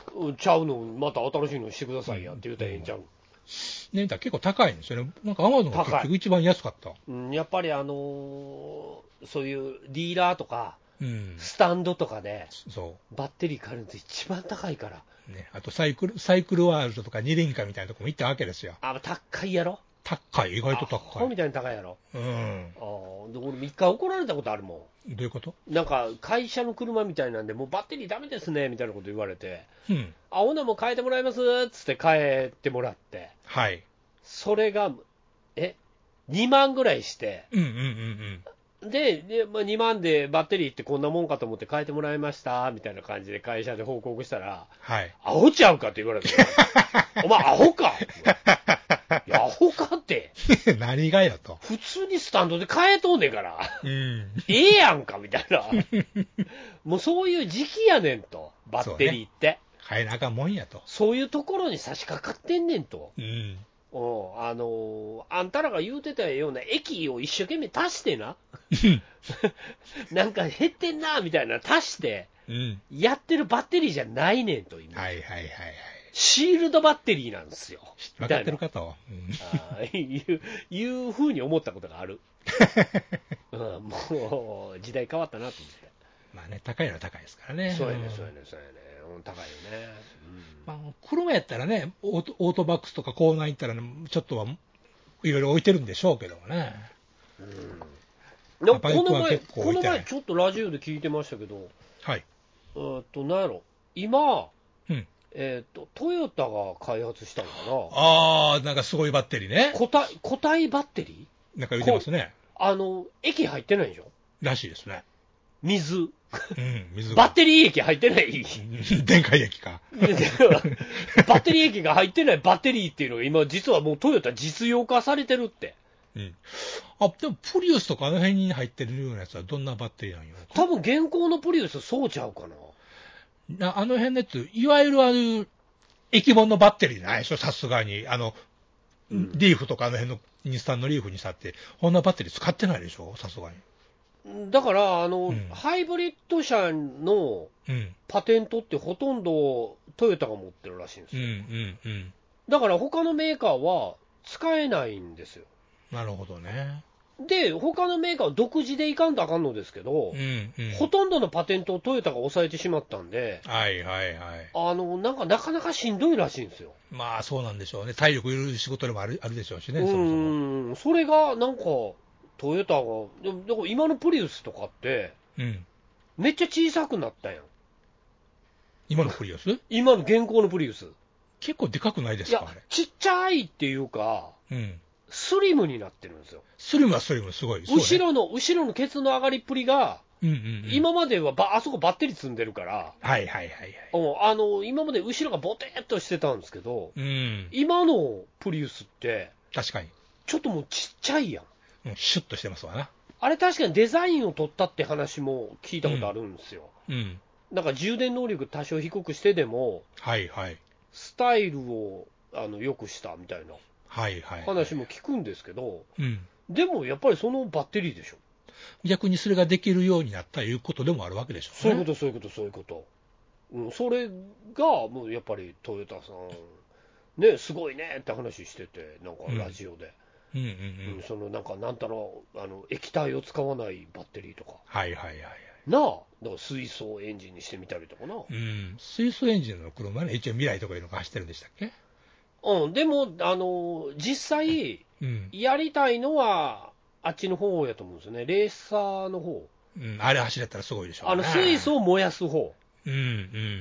ちゃうの、また新しいのしてくださいやって言うたらええんちゃう、 ね、見たら結構高いんですよね。なんかアマゾンが結局一番安かった。 うん、やっぱりあのー、そういうディーラーとか、 うん、 スタンドとかで、 そう。 バッテリー買えるのって一番高いから。 ね、あとサイクル、サイクルワールドとか二輪館みたいなとこも行ったわけですよ。 あ、高いやろ。 高い、意外と高い。 アホみたいに高いやろ。 うん。 あで俺みっか怒られたことあるもん。どういうこと？ なんか会社の車みたいなんで、もうバッテリーダメですねみたいなこと言われて、 うん。 あ、ほなもう変えてもらいますっつって変えてもらって、 はい。 それが、え、にまんぐらいして、 うんうんうんうん。で、でまあ、にまんでバッテリーってこんなもんかと思って変えてもらいましたみたいな感じで会社で報告したら、 はい。 アホちゃうかって言われて、お前アホかいやアホかって。 何がやと。 普通にスタンドで変えとんねんから。 うん。 ええやんかみたいな。もうそういう時期やねんと、バッテリーって。 ね、変えなあかんもんやと。 そういうところに差し掛かってんねんと。 うん。 おあのー、あんたらが言うてたような駅を一生懸命足してな。なんか減ってんなみたいな足して、うん、やってるバッテリーじゃないねんと、今。 はいはいはいはい。 シールドバッテリーなんですよ。 分かってる方は。 うん、あいう、いうふうに思ったことがある。うん、もう、時代変わったなと思って。 まあね、高いのは高いですからね。 そうやね、そうやね、そうやね。高いよね。 うん、まあ、車やったらね、オート、オートバックスとかコーナー行ったら、ね、ちょっとはいろいろ置いてるんでしょうけどもね。 うん。でもこの前、この前ちょっとラジオで聞いてましたけど、 はい。 えーっと、なんやろ、今、 うん。 えーっと、トヨタが開発したのかな。 あー、なんかすごいバッテリーね。 固体、固体バッテリーなんか言ってますね。 あの、液入ってないでしょらしいですね。 水。うん、 水バッテリー液入ってない。 電解液か。 バッテリー液が入ってないバッテリーっていうのが今、実はもうトヨタ実用化されてるって。 うん。あ、でもプリウスとかあの辺に入ってるようなやつはどんなバッテリーなんよ。 多分現行のプリウスそうちゃうかな。 なあの辺のやつ、いわゆるあの、液本のバッテリーないでしょ、さすがに。あの、うん、リーフとかあの辺の日産のリーフにしたって、こんなバッテリー使ってないでしょ、さすがに。 だから、あの、うん、ハイブリッド車のパテントってほとんどトヨタが持ってるらしいんですよ。うんうんうん、だから他のメーカーは使えないんですよ。 なるほどね。 で、他のメーカーは独自でいかんとあかんのですけど、うんうん、ほとんどのパテントをトヨタが抑えてしまったんで、 はいはいはい。 あの、なんかなかなかしんどいらしいんですよ。 まあそうなんでしょうね。体力いる仕事でもある、あるでしょうしね、 うん、 そもそも。それがなんか、トヨタが、でもだから今のプリウスとかって、うん、めっちゃ小さくなったやん。 今のプリウス？ 今の現行のプリウス。 結構でかくないですか？ いや、ちっちゃいっていうか、うん、スリムになってるんですよ。 スリムはスリム、すごい。ね、 後ろの、後ろのケツの上がりっぷりが、うんうんうん、今まではばあそこバッテリー積んでるから、 はいはいはいはい。 あの今まで後ろがボテーっとしてたんですけど、うん、今のプリウスって、 確かに。 ちょっともうちっちゃいやん。 うん、シュッとしてますわな。 あれ確かにデザインを取ったって話も聞いたことあるんですよ。うん。うん、なんか充電能力多少低くしてでも、 はいはい。 スタイルをあの良くしたみたいな話も聞くんですけど、はいはいはい、うん、でもやっぱりそのバッテリーでしょ。 逆にそれができるようになったということでもあるわけでしょうね。 そういうことそういうことそういうこと。うん、それがもうやっぱりトヨタさんねすごいねって話しててなんかラジオで。うんうんうんうん、そのなんかなんたらあの液体を使わないバッテリーとか、 はいはいはい、はい、 なあ、だから水素エンジンにしてみたりとかな、 うん、水素エンジンの車ね、一応未来とかいうのが走ってるんでしたっけ？ うん、でもあの実際、うん、やりたいのはあっちの方やと思うんですよね、レーサーの方、 うん、あれ走れたらすごいでしょうね。 あの水素を燃やす方、 うんうん、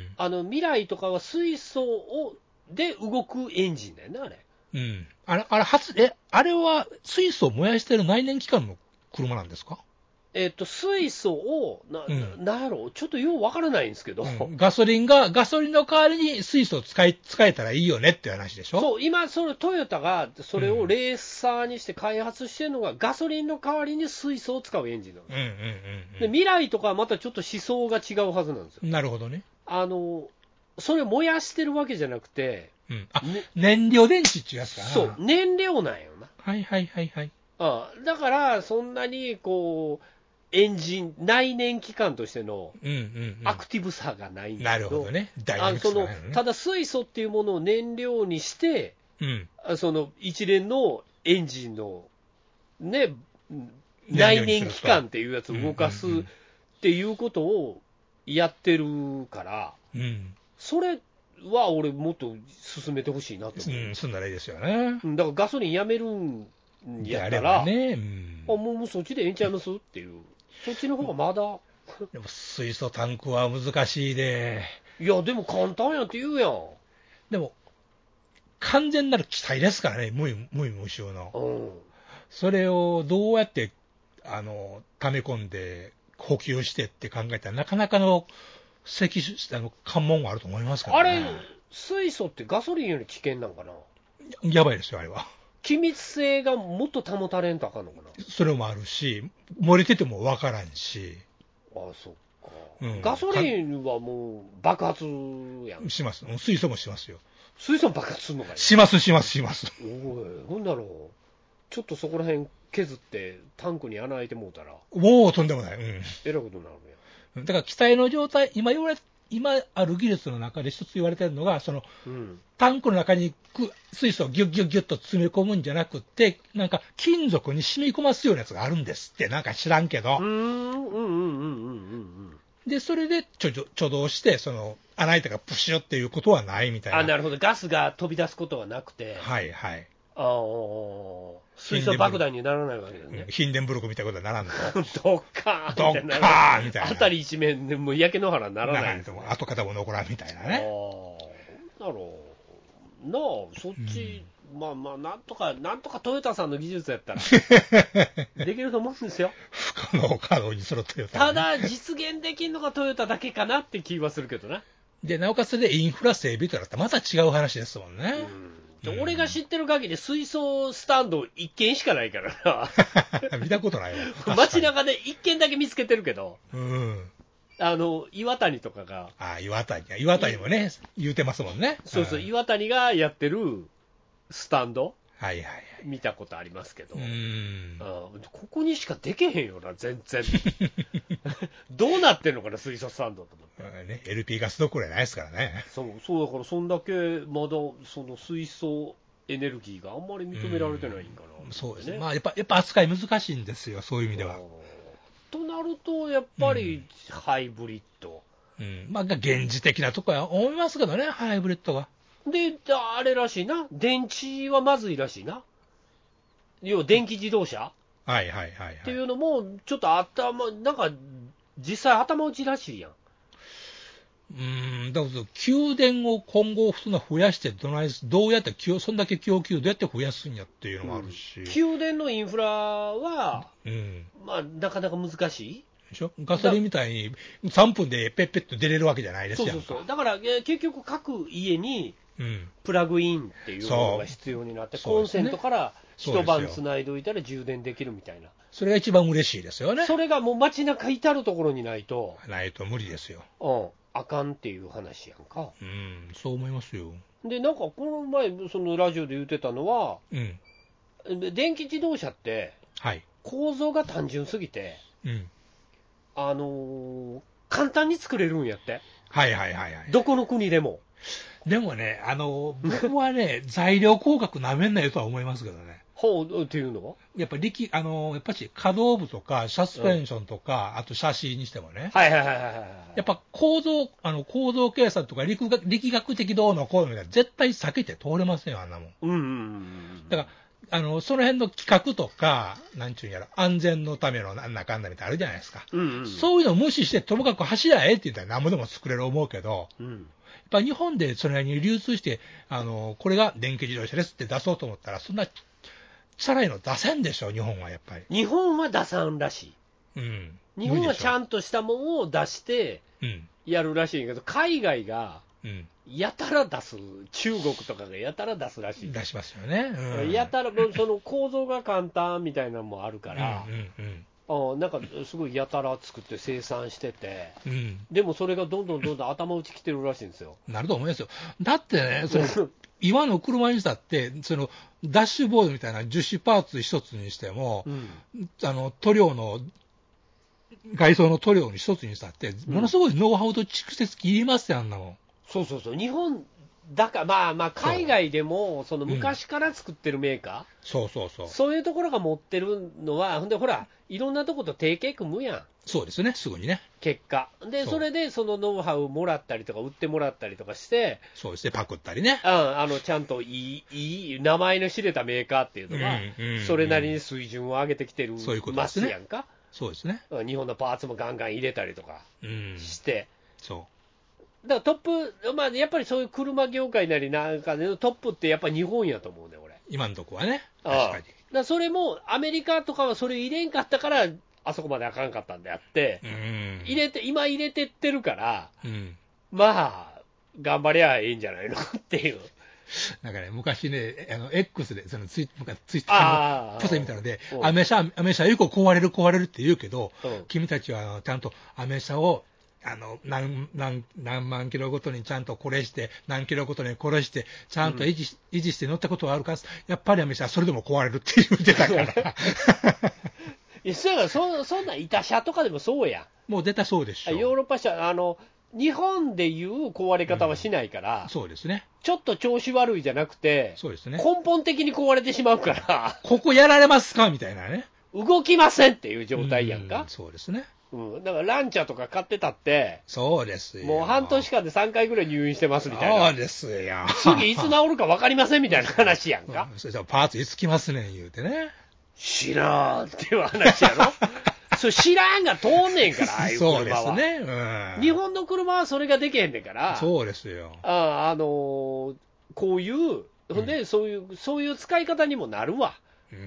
あの未来とかは水素をで動くエンジンだよね、あれ。 うん。あれ、あれ、初、え、あれは水素を燃やしてる内燃機関の車なんですか？ えっと、水素を、な、うん、なんやろう、ちょっとようわからないんですけど、うん、 ガソリンが、ガソリンの代わりに水素を使い、使えたらいいよねっていう話でしょ？ そう、今、そのトヨタがそれをレーサーにして開発してるのが、うん、ガソリンの代わりに水素を使うエンジンなんです。うんうんうんうん、で未来とかはまたちょっと思想が違うはずなんですよ。 なるほどね。 あの、それを燃やしてるわけじゃなくて、 うん、あ、ね、燃料電池っていうやつかな。 そう、燃料なんよな。 はいはいはいはい。 ああだから、そんなにこう、 エンジン、内燃機関としてのうんうんうんアクティブさがないんだなけど、 るほどね。ダイナあミックそのスがないのね。 ただ水素っていうものを燃料にして、 うん。 あその一連のエンジンの、ね、 燃料にすると内燃機関っていうやつを動かすっうんうんうんていうことをやってるから、 うん。 それは俺、もっと進めてほしいなと思う。 うん、済んだらいいですよね。 うんだからガソリンやめるんであれやったら、 ばね。うんあもうもうそっちでええんちゃいますっていう、そっちの方がまだ、 でも水素タンクは難しいで。 いや、でも簡単やって言うやん。 でも、完全なる機体ですからね、無意無意無臭の。 うんそれをどうやって、あの、溜め込んで補給してって考えたら、なかなかの積あの関門があると思いますからあれね。、 水素ってガソリンより危険なんかな、 やばいですよ、あれは。 気密性がもっと保たれんとあかんのかな、 それもあるし、漏れててもわからんし、 ああ、そっか、 うんガソリンはもう爆発やん、 します。水素もしますよ。 水素も爆発するのかい、 します、します、します。 おい、ほんだろう、ちょっとそこら辺削って、タンクに穴開いてもうたら、 もうとんでもない。うん。 えらいことになるやん。 だから機体の状態、今言われ、今ある技術の中で一つ言われてるのが、そのうん、 タンクの中にく水素をギュッギュッギュッと詰め込むんじゃなくて、なんか金属に染み込ますようなやつがあるんですって、なんか知らんけどうー、ん、うんうんうんうんうんで、それでちょちょ挙動して、その穴開いたがプシュっていうことはないみたいな。 あ、なるほど、ガスが飛び出すことはなくて、 はいはい。 ああ、水素爆弾にならないわけですね。 ヒンデンブルクみたいなことはならんと。 ドッカーンドッみたいな。 カーンみたいな。 辺り一面でもう焼け野原にならなないんですね。 らんとも、跡形も残らんみたいなああ、 ね。 なるほど。なあ、そっち、まあまあ、なんとか、なんとかトヨタさんの技術やったら、できると思うんですよ。 不可能を可能にするトヨタ、 ただ、実現できるのがトヨタだけかなって気はするけどな。 で、なおかつでインフラ整備となったらまた違う話ですもんね。 うん、で俺が知ってる限り、水素スタンドいっけんしかないからな。 見たことないわ。 街中でいっけんだけ見つけてるけど、 うん。 あの、岩谷とかが、 ああ、岩谷。岩谷もね、言うてますもんね。 そうそう、 ん岩谷がやってるスタンド、 はいはいはい。 見たことありますけど、 うーん。 あここにしかできへんよな、全然。どうなってんのかな、水素スタンドと思って。 ね、エルピー ガスどころじゃないですからね。 そう、そうだから、そんだけまだその水素エネルギーがあんまり認められてないんかな、 そうですね。まあ、やっぱ、やっぱ扱い難しいんですよ、そういう意味では。 となると、やっぱりハイブリッド。 うん。まあ、現実的なとこは思いますけどね、ハイブリッドは。 で、あれらしいな、電池はまずいらしいな。要は電気自動車はいはいはい、はい。 っていうのも、ちょっと頭、なんか、実際頭打ちらしいやん。 うーん、だから給電を今後、普通の増やしてどない、どうやって供、そんだけ供給、どうやって増やすんやっていうのもあるし。 うん、給電のインフラは、 うん。 まあ、なかなか難しい。 でしょガソリンみたいにさんぷんでペッペッと出れるわけじゃないですよ。 そうそうそう。だから、えー結局、各家にうん。 プラグインっていうものが必要になって、コンセントから一晩つないどいたら充電できるみたいな。 それが一番嬉しいですよね。 それがもう街中至るところにないと、 ないと無理ですよ。 うん、あかんっていう話やんか。 うん、そう思いますよ。 で、なんかこの前、そのラジオで言ってたのは、 うん。 で電気自動車ってはい。 構造が単純すぎて、 うん。 あのー簡単に作れるんやって。 はいはいはいはい。 どこの国でも。 でもね、あの、僕はね、材料工学なめんなよとは思いますけどね。 ほうっていうのはやっぱり力、あの、やっぱし可動部とか、サスペンションとか、あとシャシーにしてもね。 はいはいはいはいはい。 やっぱ構造、あの、構造計算とか力学力学的どうのこうのが絶対避けて通れませんよ、あんなもん。 うんうんうん。 だから、あの、その辺の規格とか、なんちゅうんやら、安全のためのなんだかんだみたいなのあるじゃないですか。 うんうんうん、 そういうのを無視して、ともかく走りゃええって言ったら何もでも作れる思うけど、 うん、 やっぱ日本でそれなりに流通して、あの、これが電気自動車ですって出そうと思ったら、そんな、さらいの出せんでしょ、日本はやっぱり。 日本は出さんらしうん。 い。日本はちゃんんとしたものを出してうん。 やるらしいんやけど、海外がうん。 やたら出す、中国とかがやたら出すらしい。 出しますよね。うん。 やたら、その構造が簡単みたいなのもあるから、 うんうんあなんかすごいやたら作って生産してて、 うん。うん。 でもそれがどんどんどんどん頭打ちきてるらしいんですよ。 なると思いますよ。だってね、その今の車にしたって、そのダッシュボードみたいな樹脂パーツ一つにしても、 うん、 あの塗料の外装の塗料に一つにしたって、ものすごいノウハウと蓄積いりますよ、あんなもん。 そうそうそう、日本だから、まあまあ、海外でも、その昔から作ってるメーカー、うん、 そうそうそう、 そういうところが持ってるのは、ほんで、ほら、いろんなとこと提携組むやん、 そうですね、すぐにね、 結果、で、それでそのノウハウもらったりとか、売ってもらったりとかして、 そうですね、パクったりね、 うん、あのちゃんといい、いい名前の知れたメーカーっていうのは、うんうんうん、それなりに水準を上げてきてるますやんか、 そうですね、 日本のパーツもガンガン入れたりとかして。 うん、そうだからトップ、まあ、やっぱりそういう車業界なりなんかでのトップってやっぱり日本やと思うね、俺。 今のとこはね、 確かに。だからそれもアメリカとかはそれ入れんかったから、あそこまであかんかったんであって、うん、入れて今入れてってるから、うん、まあ、頑張りゃええんじゃないのっていう。 なんかね、昔ね、あの X で、そのツイツイッターのポスト見たので、アメ車、アメ車よく壊れる、壊れるって言うけど、うん、君たちはちゃんとアメ車をあの 何, 何, 何万キロごとにちゃんとこれして、何キロごとに殺して、ちゃんと維持,、うん、維持して乗ったことはあるか、やっぱりアメ車はそれでも壊れるって言ってたから。 いや、そうや、そそんな板車とかでもそうや。 もう出たそうでしょ。 ヨーロッパ車、あの、日本でいう壊れ方はしないから、 うん、そうですね。 ちょっと調子悪いじゃなくて、 そうですね。 根本的に壊れてしまうから、 ここやられますかみたいなね。 動きませんっていう状態やんか。 うん、そうですね。 うん、だからランチャーとか買ってたって、 そうですよ。 もう半年間でさんかいぐらい入院してますみたいな。 そうですよ。 次いつ治るか分かりませんみたいな話やんか。 うん、それじゃパーツいつ来ますねん言うてね。 知らんっていう話やろ。それ知らんが通んねんから、ああいう車は。 そうですね、 うん。日本の車はそれができへんねんから。 そうですよ。 あ、あのー、こういう、ほんで、うん、そういう、そういう使い方にもなるわ。うん、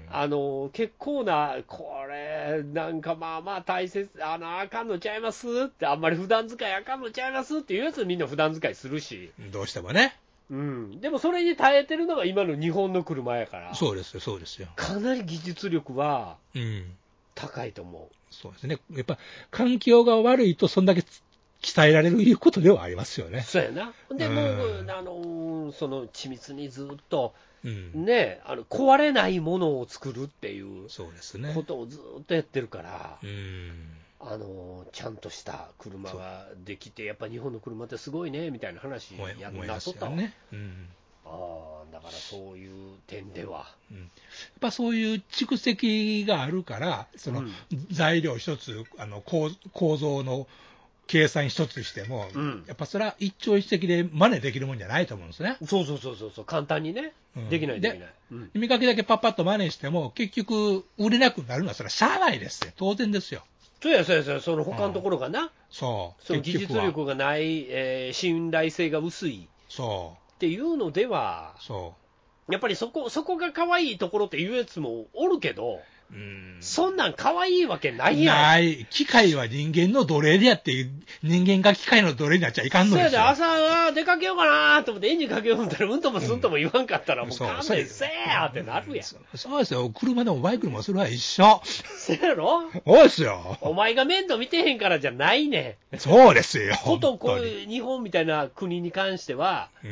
あの結構な、これ、なんかまあまあ大切、あのあかんのちゃいますって、あんまり普段使いあかんのちゃいますっていうやつみんな普段使いするし、 どうしてもね、 うん、でもそれに耐えてるのが今の日本の車やから、 そうですよ、そうですよ、 かなり技術力は高いと思う、うん、 そうですね、やっぱ環境が悪いと、そんだけ鍛えられるいうことではありますよね。 そうやな、でもう、あのその緻密にずっと。うん、ね、あの壊れないものを作るっていうことをずっとやってるから、うん、あのちゃんとした車ができて、やっぱ日本の車ってすごいねみたいな話やなっとったわ、ね、うん、あだからそういう点では、 うん、やっぱそういう蓄積があるから、その材料一つ、あの 構, 構造の計算一つしても、うん、やっぱそれは一朝一夕で真似できるもんじゃないと思うんですね。 そうそうそうそう、簡単にね、うん、できないできない。 うん、耳かきだけパッパッと真似しても、結局、売れなくなるのは、それはしゃあないですよ、当然ですよ。 そうや、そうや、そうや、その他のところがな、うん、 そう、 その技術力がない、えー、信頼性が薄いっていうのでは、そうやっぱりそこ、そこが可愛いところっていうやつもおるけど、うん、そんなん可愛いわけないやん。 ない。機械は人間の奴隷でやって、人間が機械の奴隷になっちゃいかんのですよ。 そうやで、朝出かけようかなと思ってエンジンかけようと思ったら、うんともすんとも言わんかったら、もう勘弁せーやってなるやん。 そう、そうですよ。車でもバイクでもそれは一緒。 そうやろ？ そうですよ。 お前が面倒見てへんからじゃないねん。 そうですよ。 ことこういう日本みたいな国に関しては、うん、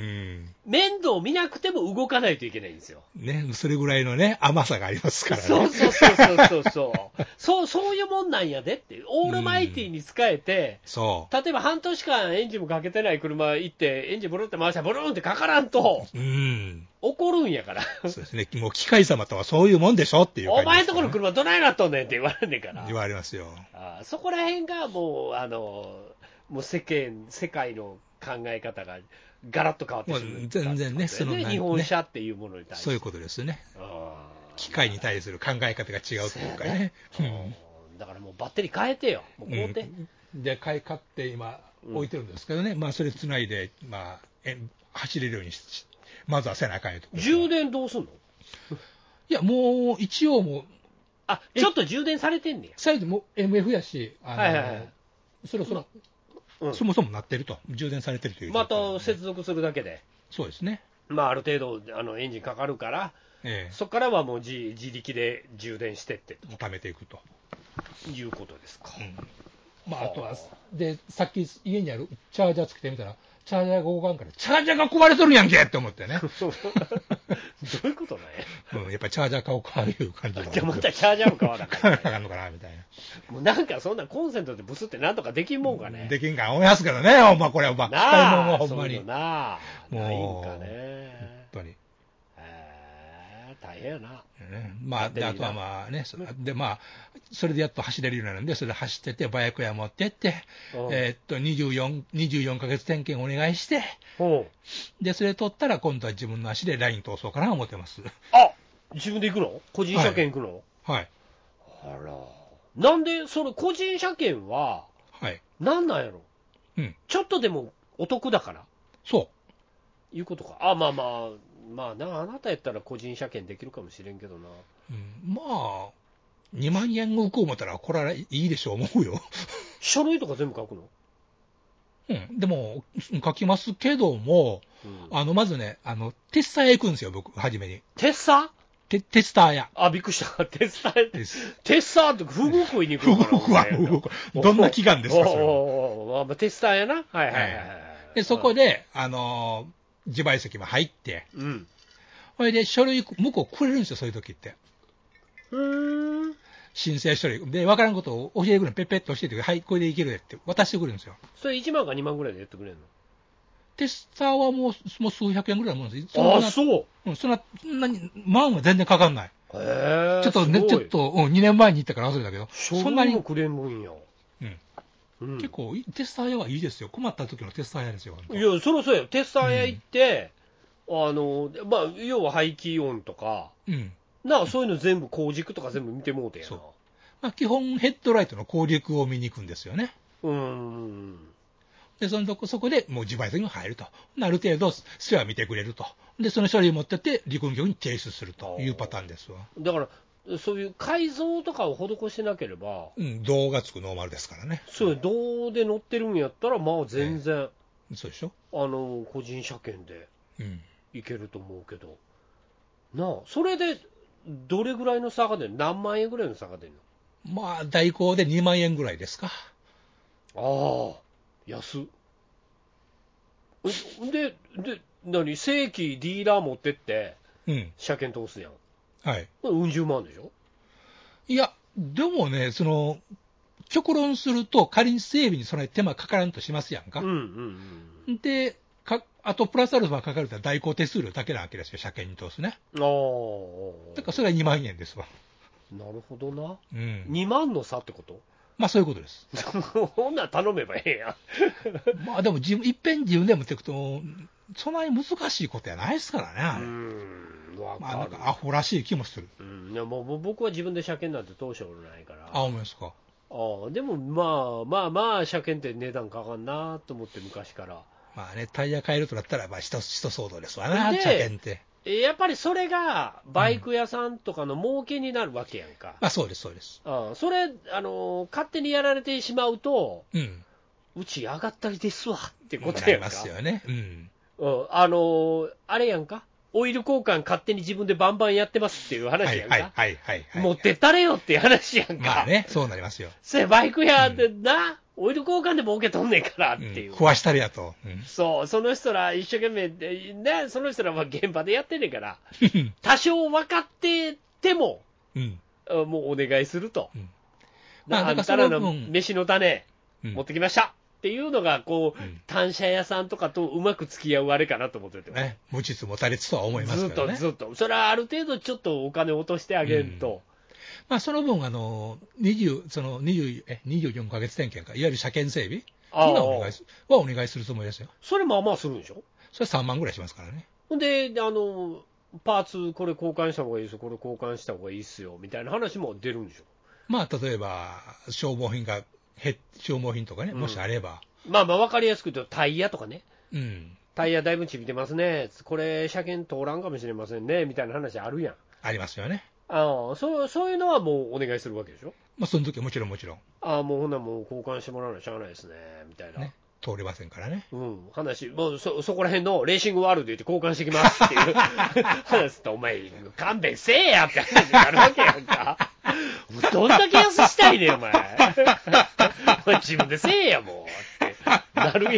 面倒見なくても動かないといけないんですよ。 ね、それぐらいのね、甘さがありますからね。 そうそうそうそうそうそう。そう、そういうもんなんやでって。オールマイティに使えて、うん、そう。例えば半年間エンジンもかけてない車行って、エンジンブルーって回したらブルーンってかからんと、うん、怒るんやから。 そうですね。もう機械様とはそういうもんでしょっていう感じ、ね。 お前んとこの車どないなっとんねんって言われんねんから。 言われますよ。 あそこら辺がもう、あの、もう世間、世界の考え方がガラッと変わってしまう、ね。 全然ね、その、ね、 日本車っていうものに対して。 そういうことですね。あ機械に対する考え方が違うというかね。 だからもうバッテリー変えてよ。もう買うて。 うん、で、買い買って今置いてるんですけどね。うん、まあそれつないで、まあ、え走れるようにし、まずはせなあかんよと。 充電どうすんの？ いや、もう一応もう。 あ、ちょっと充電されてんねや。 されても エムエフ やし、あの、はいはいはい、そろそろ、うん、そもそもなってると。充電されてるという、ね。 また接続するだけで。 そうですね。 まあある程度あのエンジンかかるから、ええ、そこからはもう 自, 自力で充電してってと貯めていくということですか、うん、 まあ、あとはでさっき家にあるチャージャーつけてみたらチャージャーが動かんからチャージャーが壊れとるやんけって思ってねういうことね。 うん、やっぱりチャージャー買おうかいう感じも。 じゃあまたチャージャーも買わな買わなあかんのかな、みたいな。 もうなんかそんなコンセントでブスってなんとかできんもんかね。 できんか思いますけどね、ほんま、これ、ほんま。 なあ、 使い物はほんまに。 そういうのなあ。 もうないんかね。 本当に。 へー、大変やな。 ね、まあ、で、あとはまあね、で、まあ、それでやっと走れるようになるんで、それで走ってて、バイク屋持ってって、 うんえーっと、にじゅうよん、にじゅうよんかげつ点検お願いして、 うん。 で、それ取ったら今度は自分の足でライン通そうかな思ってます。 あ、自分で行くの？個人車検行くの？ はい。 あら。なんで、それ個人車検は、 はい。 なんなんやろ？ うん。 ちょっとでもお得だからそう。 いうことか。あ、まあまあ、まあな、あなたやったら個人車検できるかもしれんけどな。 うん、まあ、にまんえん動く思ったら、これはいいでしょう、思うよ。 書類とか全部書くの？ うん。でも、書きますけども、 うん、 あの、まずね、あの、テスター屋行くんですよ、僕、初めに。 テッサー？ テ、テスター屋。 あ、びっくりした。テッサー、 です。 テッサーってフグ食いに行くふのかな？ ぐくは、ふぐく。どんな祈願ですか、それは。 おーおーおー、まあ、テッサーやな。はいはいはいはい。 で、そこで、あのー、自賠責も入って、 うん。 それで書類、向こうくれるんですよ、そういう時って。 うーん。 申請書類。で、わからんことを教えてくれる、ペッペッと教えてくれる。はい、これでいけるでって渡してくれるんですよ。 それいちまんかにまんぐらいでやってくれんの？ テスターはもう、もう数百円ぐらいのもんですよ。 ああ、そう。 うん、そんな、そんなに、万は全然かかんない。 へえ。 ちょっとね、ちょっと、うん、にねんまえに行ったから忘れたけど、 そそんなに、 もくれんもんや。 うん。 うん、 結構、テスター屋はいいですよ。困った時のテスター屋ですよ。 いや、そろそろや。テスター屋行って、うん、あの、まあ、要は排気音とか、 うん。 なあ、そういうの全部、工軸とか全部見てもうてやな。 そう。まあ、基本、ヘッドライトの攻略を見に行くんですよね。 うーん。 で、そのとこ、そこでもう自賠責に入ると。ある程度、世話見てくれると。で、その書類を持ってって、離婚局に提出するというパターンですわ。 だから、そういう改造とかを施してなければ、 うん、銅がつくノーマルですからね。 そう、銅で乗ってるんやったら、まあ全然、 ええ、そうでしょ。 あの、個人車検でうん。 いけると思うけど、なあ、それで、どれぐらいの差が出るの？何万円ぐらいの差が出るまあ、代行でにまんえんぐらいですか。 の？ああ、安っ。で、で、何、正規ディーラー持ってって、 うん。 車検通すやん。 はい。 うん十万でしょ？ いや、でもね、その、極論すると、仮に整備に備え手間かからんとしますやんか。 うんうんうん。 で、かあとプラスアルファかかるとは代行手数料だけなわけですよ、車検に通すね。 ああ。 だからそれはにまんえんですわ。 なるほどな。 うん。 にまんの差ってこと？ まあそういうことです。 ほんなら頼めばええやん。 まあでも自分、いっぺん自分で持っていくと、そんなに難しいことやないですからね、あれ。 うーん、わかる。 まあなんかアホらしい気もする。 うん、いやもうもう僕は自分で車検なんて当初ないから。 あ、思いますか。 ああ、でもまあまあまあ、車検って値段かかんなと思って昔から。 まあね、タイヤ変えるとなったら、まあ一一騒動ですわな、 で車検って。 やっぱりそれがバイク屋さんとかの儲けになるわけやんか。 まあそうです、そうです。 ああ、それ、あの勝手にやられてしまうと、 うん。 うち上がったりですわってことなりやんか。 ますよね。うん。 うん、あのあれやんか。オイル交換勝手に自分でバンバンやってますっていう話やんか。 はいはいはいはい、はい。 持ってったれよっていう話やんか。 まあね、そうなりますよ。 それバイク屋でな、うん、オイル交換で儲けとんねんからっていう。 うん、壊したりやと、うん。 そう、その人ら一生懸命で、ね、その人らは現場でやってんねんから、多少分かってても、うん、もうお願いすると。うん、まあ、あんたらの飯の種、うん、持ってきました。っていうのが、こう、うん、単車屋さんとかとうまく付き合うあれかなと思ってて。 ね。持ちつ持たれつとは思いますけどね。 ずっとずっと。それはある程度ちょっとお金落としてあげると。うん、 まあ、その分、あの、にじゅう、そのにじゅう、え、にじゅうよんかげつ点検か、いわゆる車検整備はお願いすはお願いするつもりですよ。 それまあまあするんでしょ？ それさんまんぐらいしますからね。 ほんで、あの、パーツこれ交換した方がいいですよ、これ交換した方がいいっすよ、みたいな話も出るんでしょ？ まあ、例えば、消耗品が、消耗品とかね、もしあれば。 うん、まあまあ分かりやすく言うとタイヤとかね。 うん。 タイヤだいぶちびてますね。これ車検通らんかもしれませんね、みたいな話あるやん。 ありますよね。 ああ、そう、そういうのはもうお願いするわけでしょ？ まあ、その時はもちろんもちろん。 ああ、もうほんならもう交換してもらうのはしゃあないですね、みたいな。 ね。通れませんからね。 うん。話、もうそ、そこら辺のレーシングワールドで言って交換してきますっていう話と、お前、勘弁せえやって話になるわけやんか。どんだけ安したいねん、お前。お前自分でせえや、もう。ってなるやん。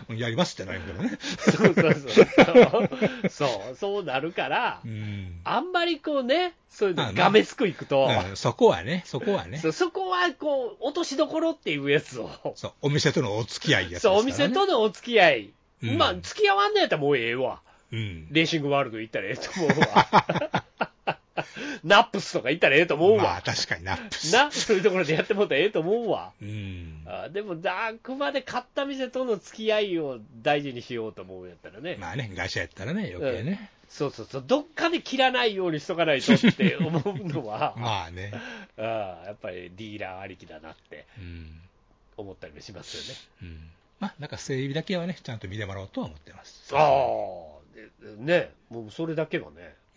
やりますってないけどね。 そうそうそうそう、そうなるから、 うん、 あんまりこうね、そういうのがめつくいくと、 うん、そこはね、そこはね、 そ, そこはこう落としどころっていうやつを、 そう、お店とのお付き合いやつですから、 らね。 そう、お店とのお付き合い、 うん、 まあ、付き合わんのやったらもうええわ、うん、レーシングワールド行ったらええと思うわ。ナップスとか行ったらええと思うわ。 まあ確かにナップス。 な、そういうところでやってもらったらええと思うわ。 うん。 あでも、あくまで買った店との付き合いを大事にしようと思うんやったらね。 まあね、会社やったらね、余計ね、 うん。そうそうそう、どっかで切らないようにしとかないとって思うのは、 まあねあ、やっぱりディーラーありきだなって思ったりもしますよね。 うん。うん、まあ、なんか整備だけはね、ちゃんと見てもらおうとは思ってます。 ああ、ね、もうそれだけはね。うん、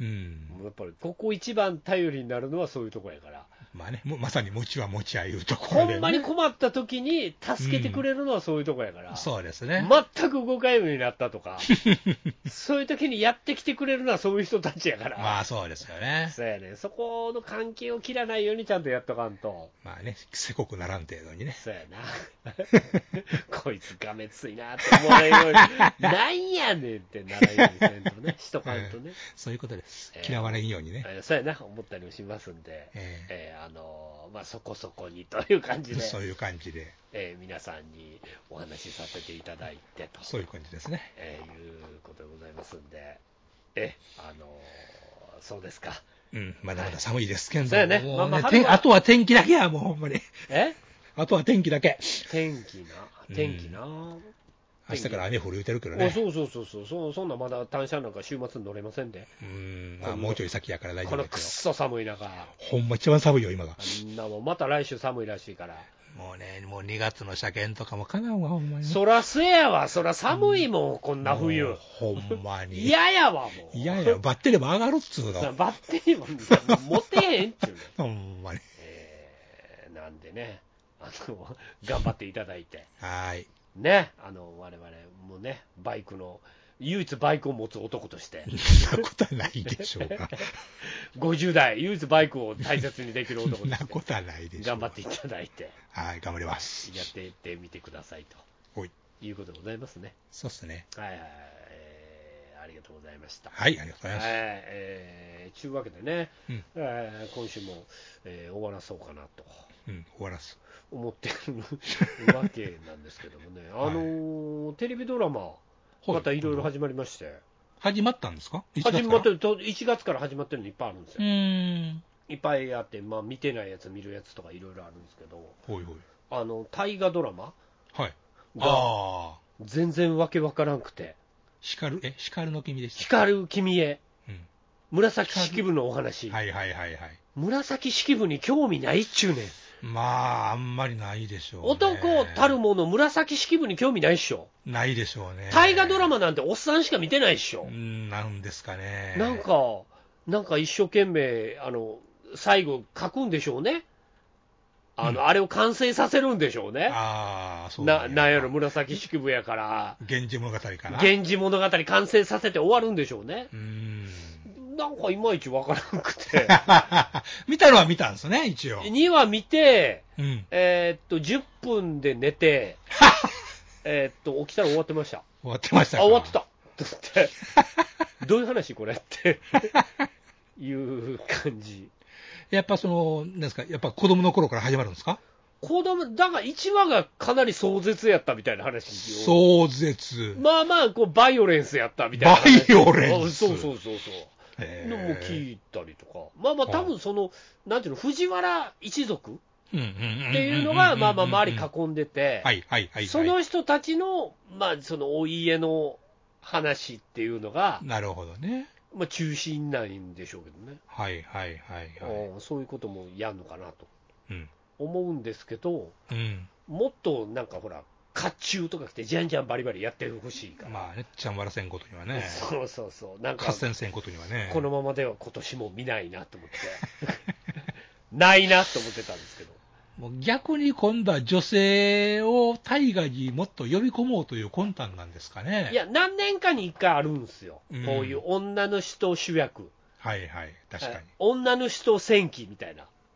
やっぱりここ一番頼りになるのはそういうところやから、 まあね、まさに餅は餅はいうところで、ね、 ほんまに困った時に助けてくれるのはそういうところやから、うん、 そうですね、 全く動かんようになったとか、そういう時にやってきてくれるのはそういう人たちやから、 まあそうですよね、 そうやね、そこの関係を切らないようにちゃんとやっとかんと、 まあね、せこくならん程度にね、 そうやな、こいつがめついなって思わないように、なんやねんってならんようにせんとね、しとかんとね、 そういうことです、嫌われんようにね、 えー、そうやな、思ったりもしますんで、えーえーあのーまあ、そこそこにという感じで、 そういう感じで、 えー、皆さんにお話しさせていただいてと、 そういう感じですね、 えー、いうことでございますんで、えあのー、そうですか、 うん、まだまだ寒いですけど、 そうやね、 もうね、 まあまあ、 はあとは天気だけや、もうほんまに、 えあとは天気だけ、 天気な、天気な。うん明日から雨降る言うてるけどね。 そうそうそうそう、そ, そんなまだ単車なんか週末に乗れませんで。 うん、まあ、もうちょい先やから大丈夫だけど。 このくっそ寒い中。 ほんま一番寒いよ、今が。 あんなもん、また来週寒いらしいから。 もうね、もうにがつの車検とかもかなわ、ほんまに。 そらせやわ、そら寒いもん、うん、こんな冬。 ほんまに。 嫌やわ、もう。 嫌や、バッテリーも上がるっつうの。 バッテリーも持てへんっちゅうね。 ほんまに。 えー、なんでね、あの、頑張っていただいて。 はい。 ね、あの我々もね、バイクの、唯一バイクを持つ男として、 そんなことはないでしょうか、 ごじゅう代、唯一バイクを大切にできる男として、 そんなことはないでしょう、 頑張っていただいて、 はい、頑張ります。 やっていってみてくださいということでございますね。 そうですね。 はいはい、えー、ありがとうございました。 はい、ありがとうございます。 えー、ちゅうわけでね、うん、えー、今週も、えー、終わらそうかなと。 うん、終わらす。 思ってるわけなんですけどもね、あのーはい、テレビドラマ、またいろいろ始まりまして、 始まったんですか？ 始まってる、いちがつから始まってるのいっぱいあるんですよ。 うーん、 いっぱいあって、まあ、見てないやつ、見るやつとかいろいろあるんですけど、 ほいほい、 あの大河ドラマはいが全然わけわからんくて、 光る、え、光の君でした。 光る君へ、うん、紫式部のお話、 はいはいはいはい、 紫式部に興味ないっちゅうねん。 まあ、あんまりないでしょうね。 男たるもの、紫式部に興味ないっしょ。 ないでしょうね。 大河ドラマなんておっさんしか見てないっしょ。 うん、なんですかね。 なんか、なんか一生懸命、あの、最後書くんでしょうね。あの、うん、あれを完成させるんでしょうね。 ああ、そうな、なんやろ、紫式部やから。 源氏物語かな。 源氏物語完成させて終わるんでしょうね。 うーん。 なんかいまいちわからなくて。 見たのは見たんですね、一応。 にわ見て、 うん、 えー、っと、じゅっぷんで寝て、えっと、起きたら終わってました。 終わってましたか。 あ、終わってた。ってどういう話これっていう感じ。 やっぱその、なんですか、やっぱ子供の頃から始まるんですか？ 子供、だからいちわがかなり壮絶やったみたいな話ですよ。壮絶。 まあまあ、こう、バイオレンスやったみたいな話。 バイオレンス。 そうそうそうそう。のも聞いたりとか。まあまあ、多分その、なんていうの、藤原一族っていうのが、まあまあ、周り囲んでて、 はいはいはい。 その人たちの、まあ、そのお家の話っていうのが、 なるほどね。 まあ、中心なんでしょうけどね。 はいはいはいはい。 そういうこともやるのかなと、 うん、 思うんですけど、 うん、 もっとなんかほら、甲冑とか着て、じゃんじゃんバリバリやってほしいから。 まあね、ちゃんわらせんことにはね。 そうそうそう。なんか、 合戦せんことにはね。 このままでは今年も見ないなと思って。ないなと思ってたんですけど。 もう逆に今度は女性を大河にもっと呼び込もうという魂胆なんですかね。 いや、何年かに一回あるんですよ。うん、こういう女の人主役。 はいはい、確かに。 女の人戦記みたいな。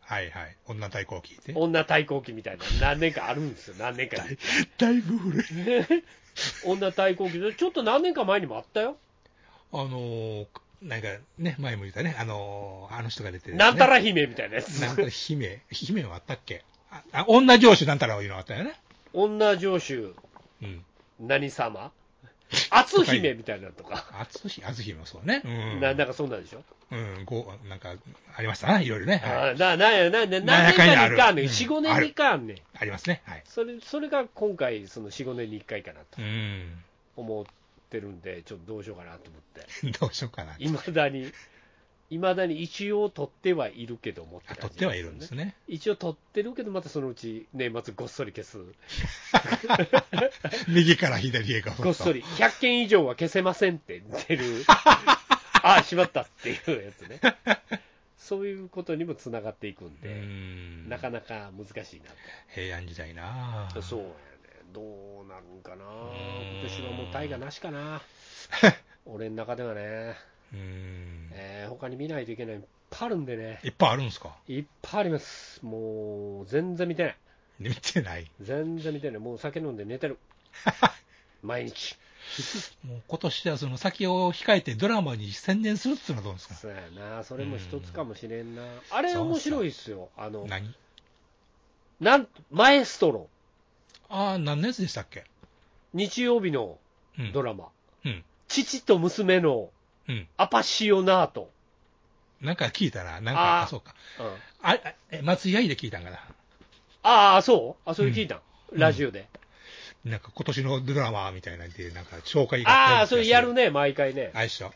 はいはい。女対抗期って。 女対抗期みたいな、何年かあるんですよ、何年かに。 だいぶ古い。 女対抗期で、ちょっと何年か前にもあったよ。 あのー、なんかね、前も言ったね、あのー、あの人が出てる、ね。 なんたら姫みたいなやつ。 なんたら姫、姫はあったっけ？あ、あ女上司なんたらいうのがあったよね。 女上手、 うん。 何様篤姫みたいなのとか。 篤姫、篤姫もそうね。うん。 ななんかそんなんでしょ。 うん、ご、なんか、ありましたな、いろいろね。はい、 あな、な、な、な、何年かに一回あんねん。よん、ごねんに一回あんねん。 ありますね。はい。 それ、それが今回、そのよん、ごねんにいっかいかなとうん思ってるんで、ちょっとどうしようかなと思って。 どうしようかな。 いまだに、いまだに一応取ってはいるけどもって感じ、 あ、取ってはいるんですね。 一応取ってるけど、またそのうち年末ごっそり消す。 右から左へごっそり。ひゃっけん以上は消せませんって出る。ああ、しまったっていうやつね。そういうことにもつながっていくんで、 んなかなか難しいなと。 平安時代なぁ。 そうやね。どうなるんかな。今年はもう大河なしかな。俺の中ではね。 うーんえー、他に見ないといけないいっぱいあるんでね。 いっぱいあるんですか？ いっぱいあります。もう、全然見てない。 見てない。 全然見てない。もう酒飲んで寝てる。毎日。 もう今年はその先を控えてドラマに専念するっていうのはどうですか？ そうやな。それも一つかもしれんな。あれ面白いっすよ。あの、 何なんマエストロ。 ああ、何のやつでしたっけ？ 日曜日のうんドラマ。 うん父と娘のうんアパシオナート。 なんか聞いたな。なんか、 あーあ、そうか。 うん、 あ、あえ松井愛で聞いたんかな。 ああ、そうあ、それ聞いたん、 うんラジオで。 なんか今年のドラマみたいなんで、なんか紹介がああ、それやる。ね、毎回ね。 あいしょ。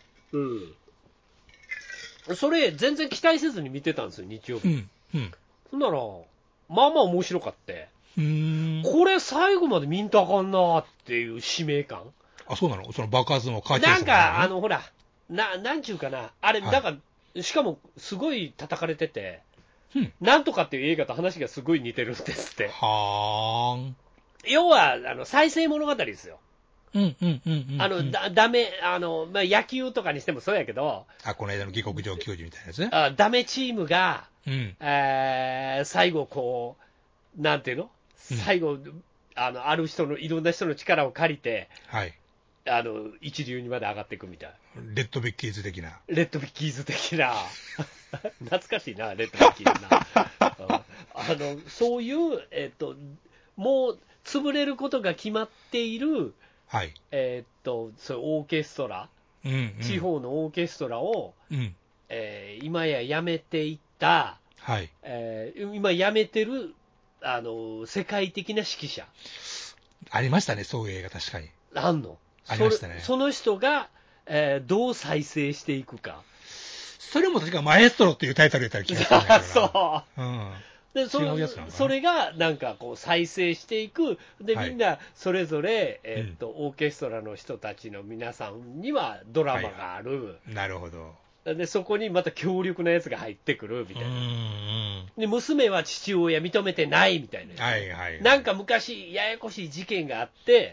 うん。それ、全然期待せずに見てたんですよ、日曜日。 うん。うん。 そんなら、まあまあ面白かって。 うーん。 これ最後まで見んとあかんなーっていう使命感。 あ、そうなの？その爆発も書いてるなんか、あの、ほら、な、なんちゅうかな。あれ、 はいなんか、しかも、すごい叩かれてて、 うんなんとかっていう映画と話がすごい似てるんですって。 はーん。 要は、あの、再生物語ですよ。 うんうんうんうん。 あの、だ、ダメ、あの、まあ、野球とかにしてもそうやけど、 あ、この間の下克上球児みたいなやつね。 あダメチームが、 うん。 えー最後こう、なんていうのうん最後、あの、ある人の、いろんな人の力を借りて、 はい。 あの、一流にまで上がっていくみたいな。 レッドビッキーズ的な。 レッドビッキーズ的な、懐かしいな、レッドビッキーズな。うんあの、そういう、えっと、もう、潰れることが決まっている、 はい。 えっと、そういうオーケストラ、 うん、うん。 地。方のオーケストラを、 うん。 えー今ややめていった、 はい。 えー今やめてる、あの、世界的な指揮者、 ありましたね、そういう映画確かに。 あんの。 ありましたねそれその人が、えーどう再生していくか。 それも確かマエストロっていうタイトルやったら気がするんだけどな。 そう。 うん。 でそ違うやつなのかなそれがなんかこう再生していく、ではいみんなそれぞれ、えーっとオーケストラの人たちの皆さんにはドラマがある、 なるほど。 でそこにまた強力なやつが入ってくるみたいな、 うんうん。 で娘は父親認めてないみたいな、 はいはいはい。 なんか昔、ややこしい事件があって、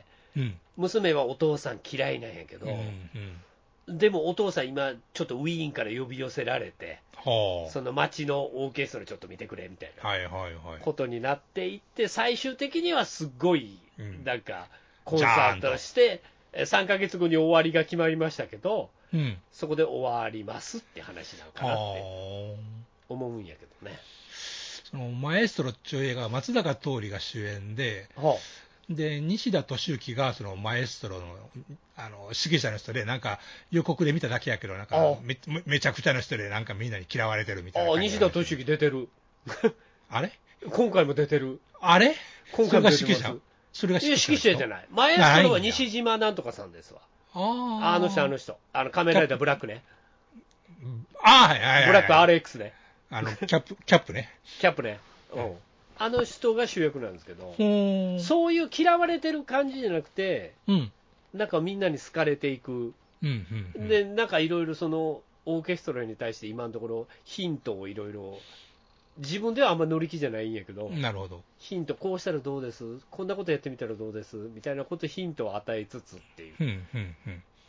うん。 娘はお父さん嫌いなんやけど、 うんうん。 でもお父さん、今、ちょっとウィーンから呼び寄せられて、 はあ。 その町のオーケストラちょっと見てくれみたいな。 はいはいはい。 ことになっていって、最終的にはすっごいうん、 なんか、コンサートして、えさんかげつごに終わりが決まりましたけど、 うん。 そこで終わりますって話なのかなってはあ。 思うんやけどね。 そのマエストロっていう映画は松坂桃李が主演で、 はで、西田敏行がそのマエストロの、あの、指揮者の人で、なんか予告で見ただけやけど、なんかあめめめちゃくちゃな人で、なんかみんなに嫌われてるみたいあ、 なあ感じの話。 西田敏行出てる。 あれ今回も出てる。 あれ今それが回も出てます指揮者それがいや、指揮指揮者者じゃない。マエストロは西島なんとかさんですわ。 ああ。 あの人、あの人。あの、仮面ライダーブラックね。 ああ、はいはいはいはい。 ブラック アールエックス ね。 あの、キャップ、キャップね。 キャップね。うん。あの人が主役なんですけど、 ほそういう嫌われてる感じじゃなくて、 うん。 なんかみんなに好かれていく。 うん、うん。うん、 で、なんかいろいろその、オーケストラに対して今のところヒントをいろいろ、自分ではあんま乗り気じゃないんやけど、 なるほど。 ヒント、こうしたらどうですこんなことやってみたらどうですみたいなことヒントを与えつつっていう。 うん、うん、うん。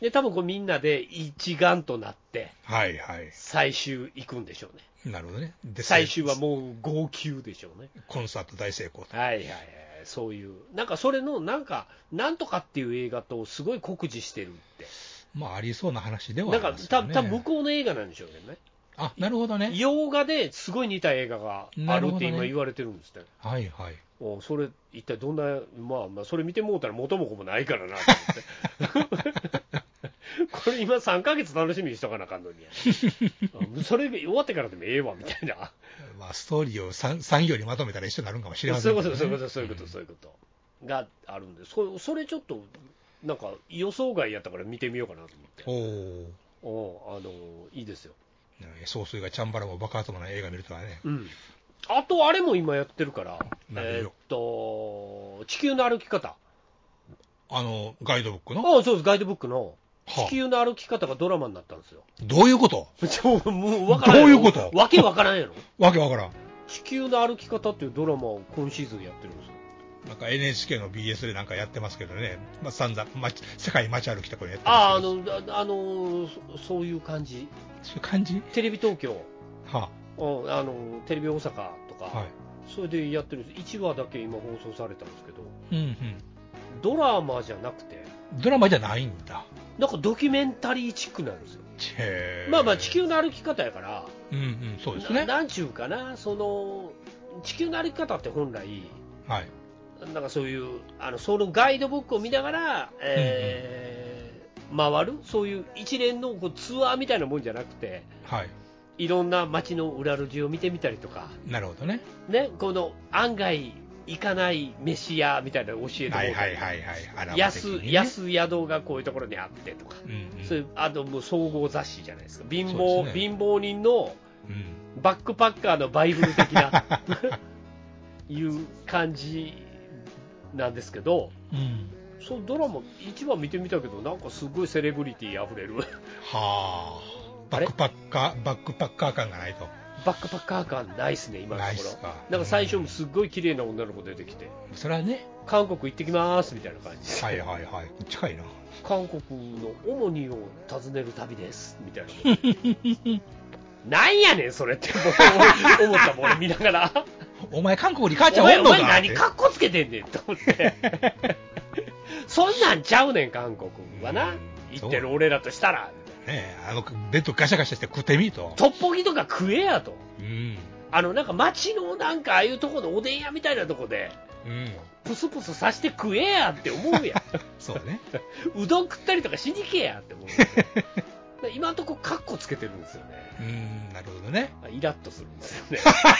で、多分こうみんなで一丸となって、 はいはい。 最終行くんでしょうね。 なるほどね。で最終はもう号泣でしょうね。 コンサート大成功と。 はいはいはい。そういう、なんかそれの、なんか、なんとかっていう映画とすごい酷似してるって。 まあ、ありそうな話ではあなんか、 りますよね。 た多分向こうの映画なんでしょうけどね。 あ、なるほどね。 洋画ですごい似た映画があるって今言われてるんですね。 はいはい。 おそれ、一体どんな、まあ、まあ、それ見てもうたら元も子もないからなと思って。これ今さんかげつ楽しみにしとかなあかんのにや。それ終わってからでもええわみたいな。 まあ、ストーリーを 3, 3行にまとめたら一緒になるんかもしれませんけど、ね、そういうこと、そういうこと、そういうこと、そういうことがあるんで、そ, それちょっと、なんか予想外やったから見てみようかなと思って。おお、あのいいですよ。 総帥がチャンバラも爆発もない映画見るとはね。 うん。あと、あれも今やってるから、えー、っと、地球の歩き方。 あの、ガイドブックのああ、そうです、ガイドブックの。地球の歩き方がドラマになったんですよ。 どういうこと？ ちょもう分からんやろ。 どういうこと？ わけわからんやろ。 わけわからん。 地球の歩き方っていうドラマを今シーズンやってるんですよ。 なんか エヌエイチケー の ビーエス でなんかやってますけどね、まあ、散々、ま、世界街歩きとかやってますけど。 ああ、あの、ああのそういう感じ。 そういう感じ？ テレビ東京。 はあ、あのテレビ大阪とか、 はい、 それでやってるんです。いちわだけ今放送されたんですけど、 うんうん、 ドラマじゃなくて、 ドラマじゃないんだ。 なんかドキュメンタリーチックなんですよ。 へー。 まあまあ地球の歩き方やから、 うんうん、そうですね。 な、なんちゅうかな、その地球の歩き方って本来、 はい、 なんかそういうあのそのガイドブックを見ながら、えーうんうん、回るそういう一連のこうツアーみたいなもんじゃなくて、はい、いろんな街の裏路地を見てみたりとか。 なるほどね。 ね、この案外行かない飯屋みたいなのを教えてもらったり、安安宿がこういうところにあってとか、うんうん、そういうあともう総合雑誌じゃないですか。貧乏、ね、貧乏人のバックパッカーのバイブル的ないう感じなんですけど、うん、そうドラマ一話見てみたけどなんかすごいセレブリティあふれる。はあ。 バックパッカーバックパッカー感がないと。 バックパッカー感ないっすね、今のところ。なんか最初もすっごい綺麗な女の子出てきて、 それはね、 韓国行ってきますみたいな感じで、 はいはいはい、近いな。 韓国の主にを訪ねる旅ですみたいな。なんやねんそれって思ったもん俺見ながら。 お前韓国に帰っちゃうのか。 お前何カッコつけてんねんと思って。そんなんちゃうねん韓国はな。行ってる俺らとしたら。 ねえ、あのベッドガシャガシャして食ってみと。 トッポギとか食えやと。うん。あのなんか街のなんかああいうとこのおでん屋みたいなとこで、うん、プスプスさして食えやって思うやん。 そうね。 うどん食ったりとかしにけやって思う。今のとこカッコつけてるんですよね。 うん、なるほどね。 イラッとするんですよね。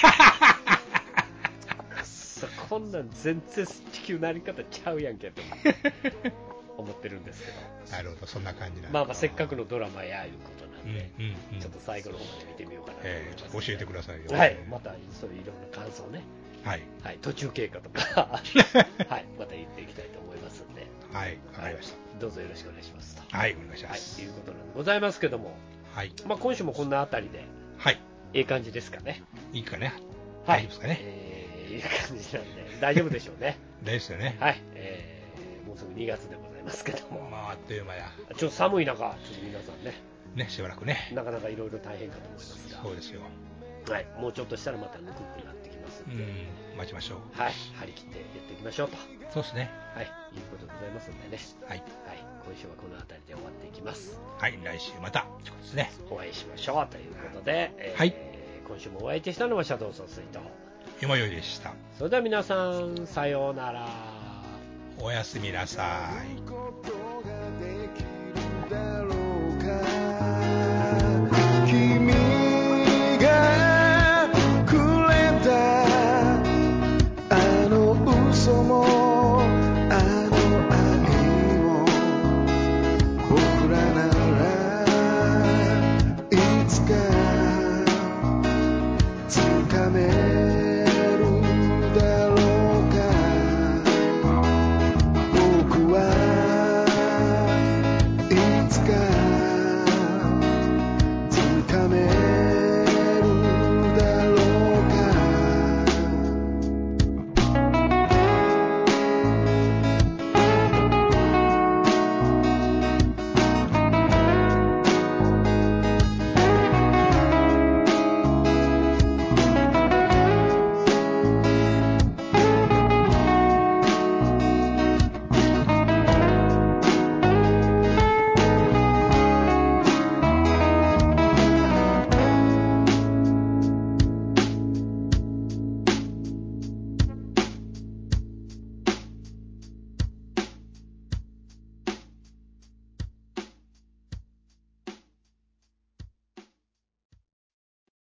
こんなん全然地球のあり方ちゃうやんけと思ってるんですけど。 なるほど、そんな感じなんだ。 まあまあせっかくのドラマやいうことなんで、 うんうんうん、 ちょっと最後の方まで見てみようかなと思います、ね。 えー、教えてくださいよ。 はい、またそういういろんな感想ね。はい、はい、途中経過とかはい、また言っていきたいと思いますんで。 はい、わかりました、 はい。どうぞよろしくお願いしますと。 はい、お願いします。 はい、ということなんでございますけども、はい、まあ今週もこんなあたりで、はい、ええ感じですかね。 いいかね。 はい、 大丈夫ですかね。 えー、いい感じなんで大丈夫でしょうね。 ですよね。 はい、えー、もうすぐにがつでございますけども、 まああっという間や。 ちょっと寒い中、ちょっと皆さんね、 ね、しばらくね、 なかなかいろいろ大変かと思いますが、 そうですよ。はい、 もうちょっとしたらまたぬくくなってきますんで、 うん、待ちましょう。 はい、張り切ってやっていきましょうと。 そうですね。 はい、いうことでございますんでね。はい、はい、今週はこの辺りで終わっていきます。はい、来週またですね。お会いしましょうということで、えー、はい、今週もお相手したのはシャドウ総帥と山よいでした。 それでは皆さんさようなら。 おやすみなさい。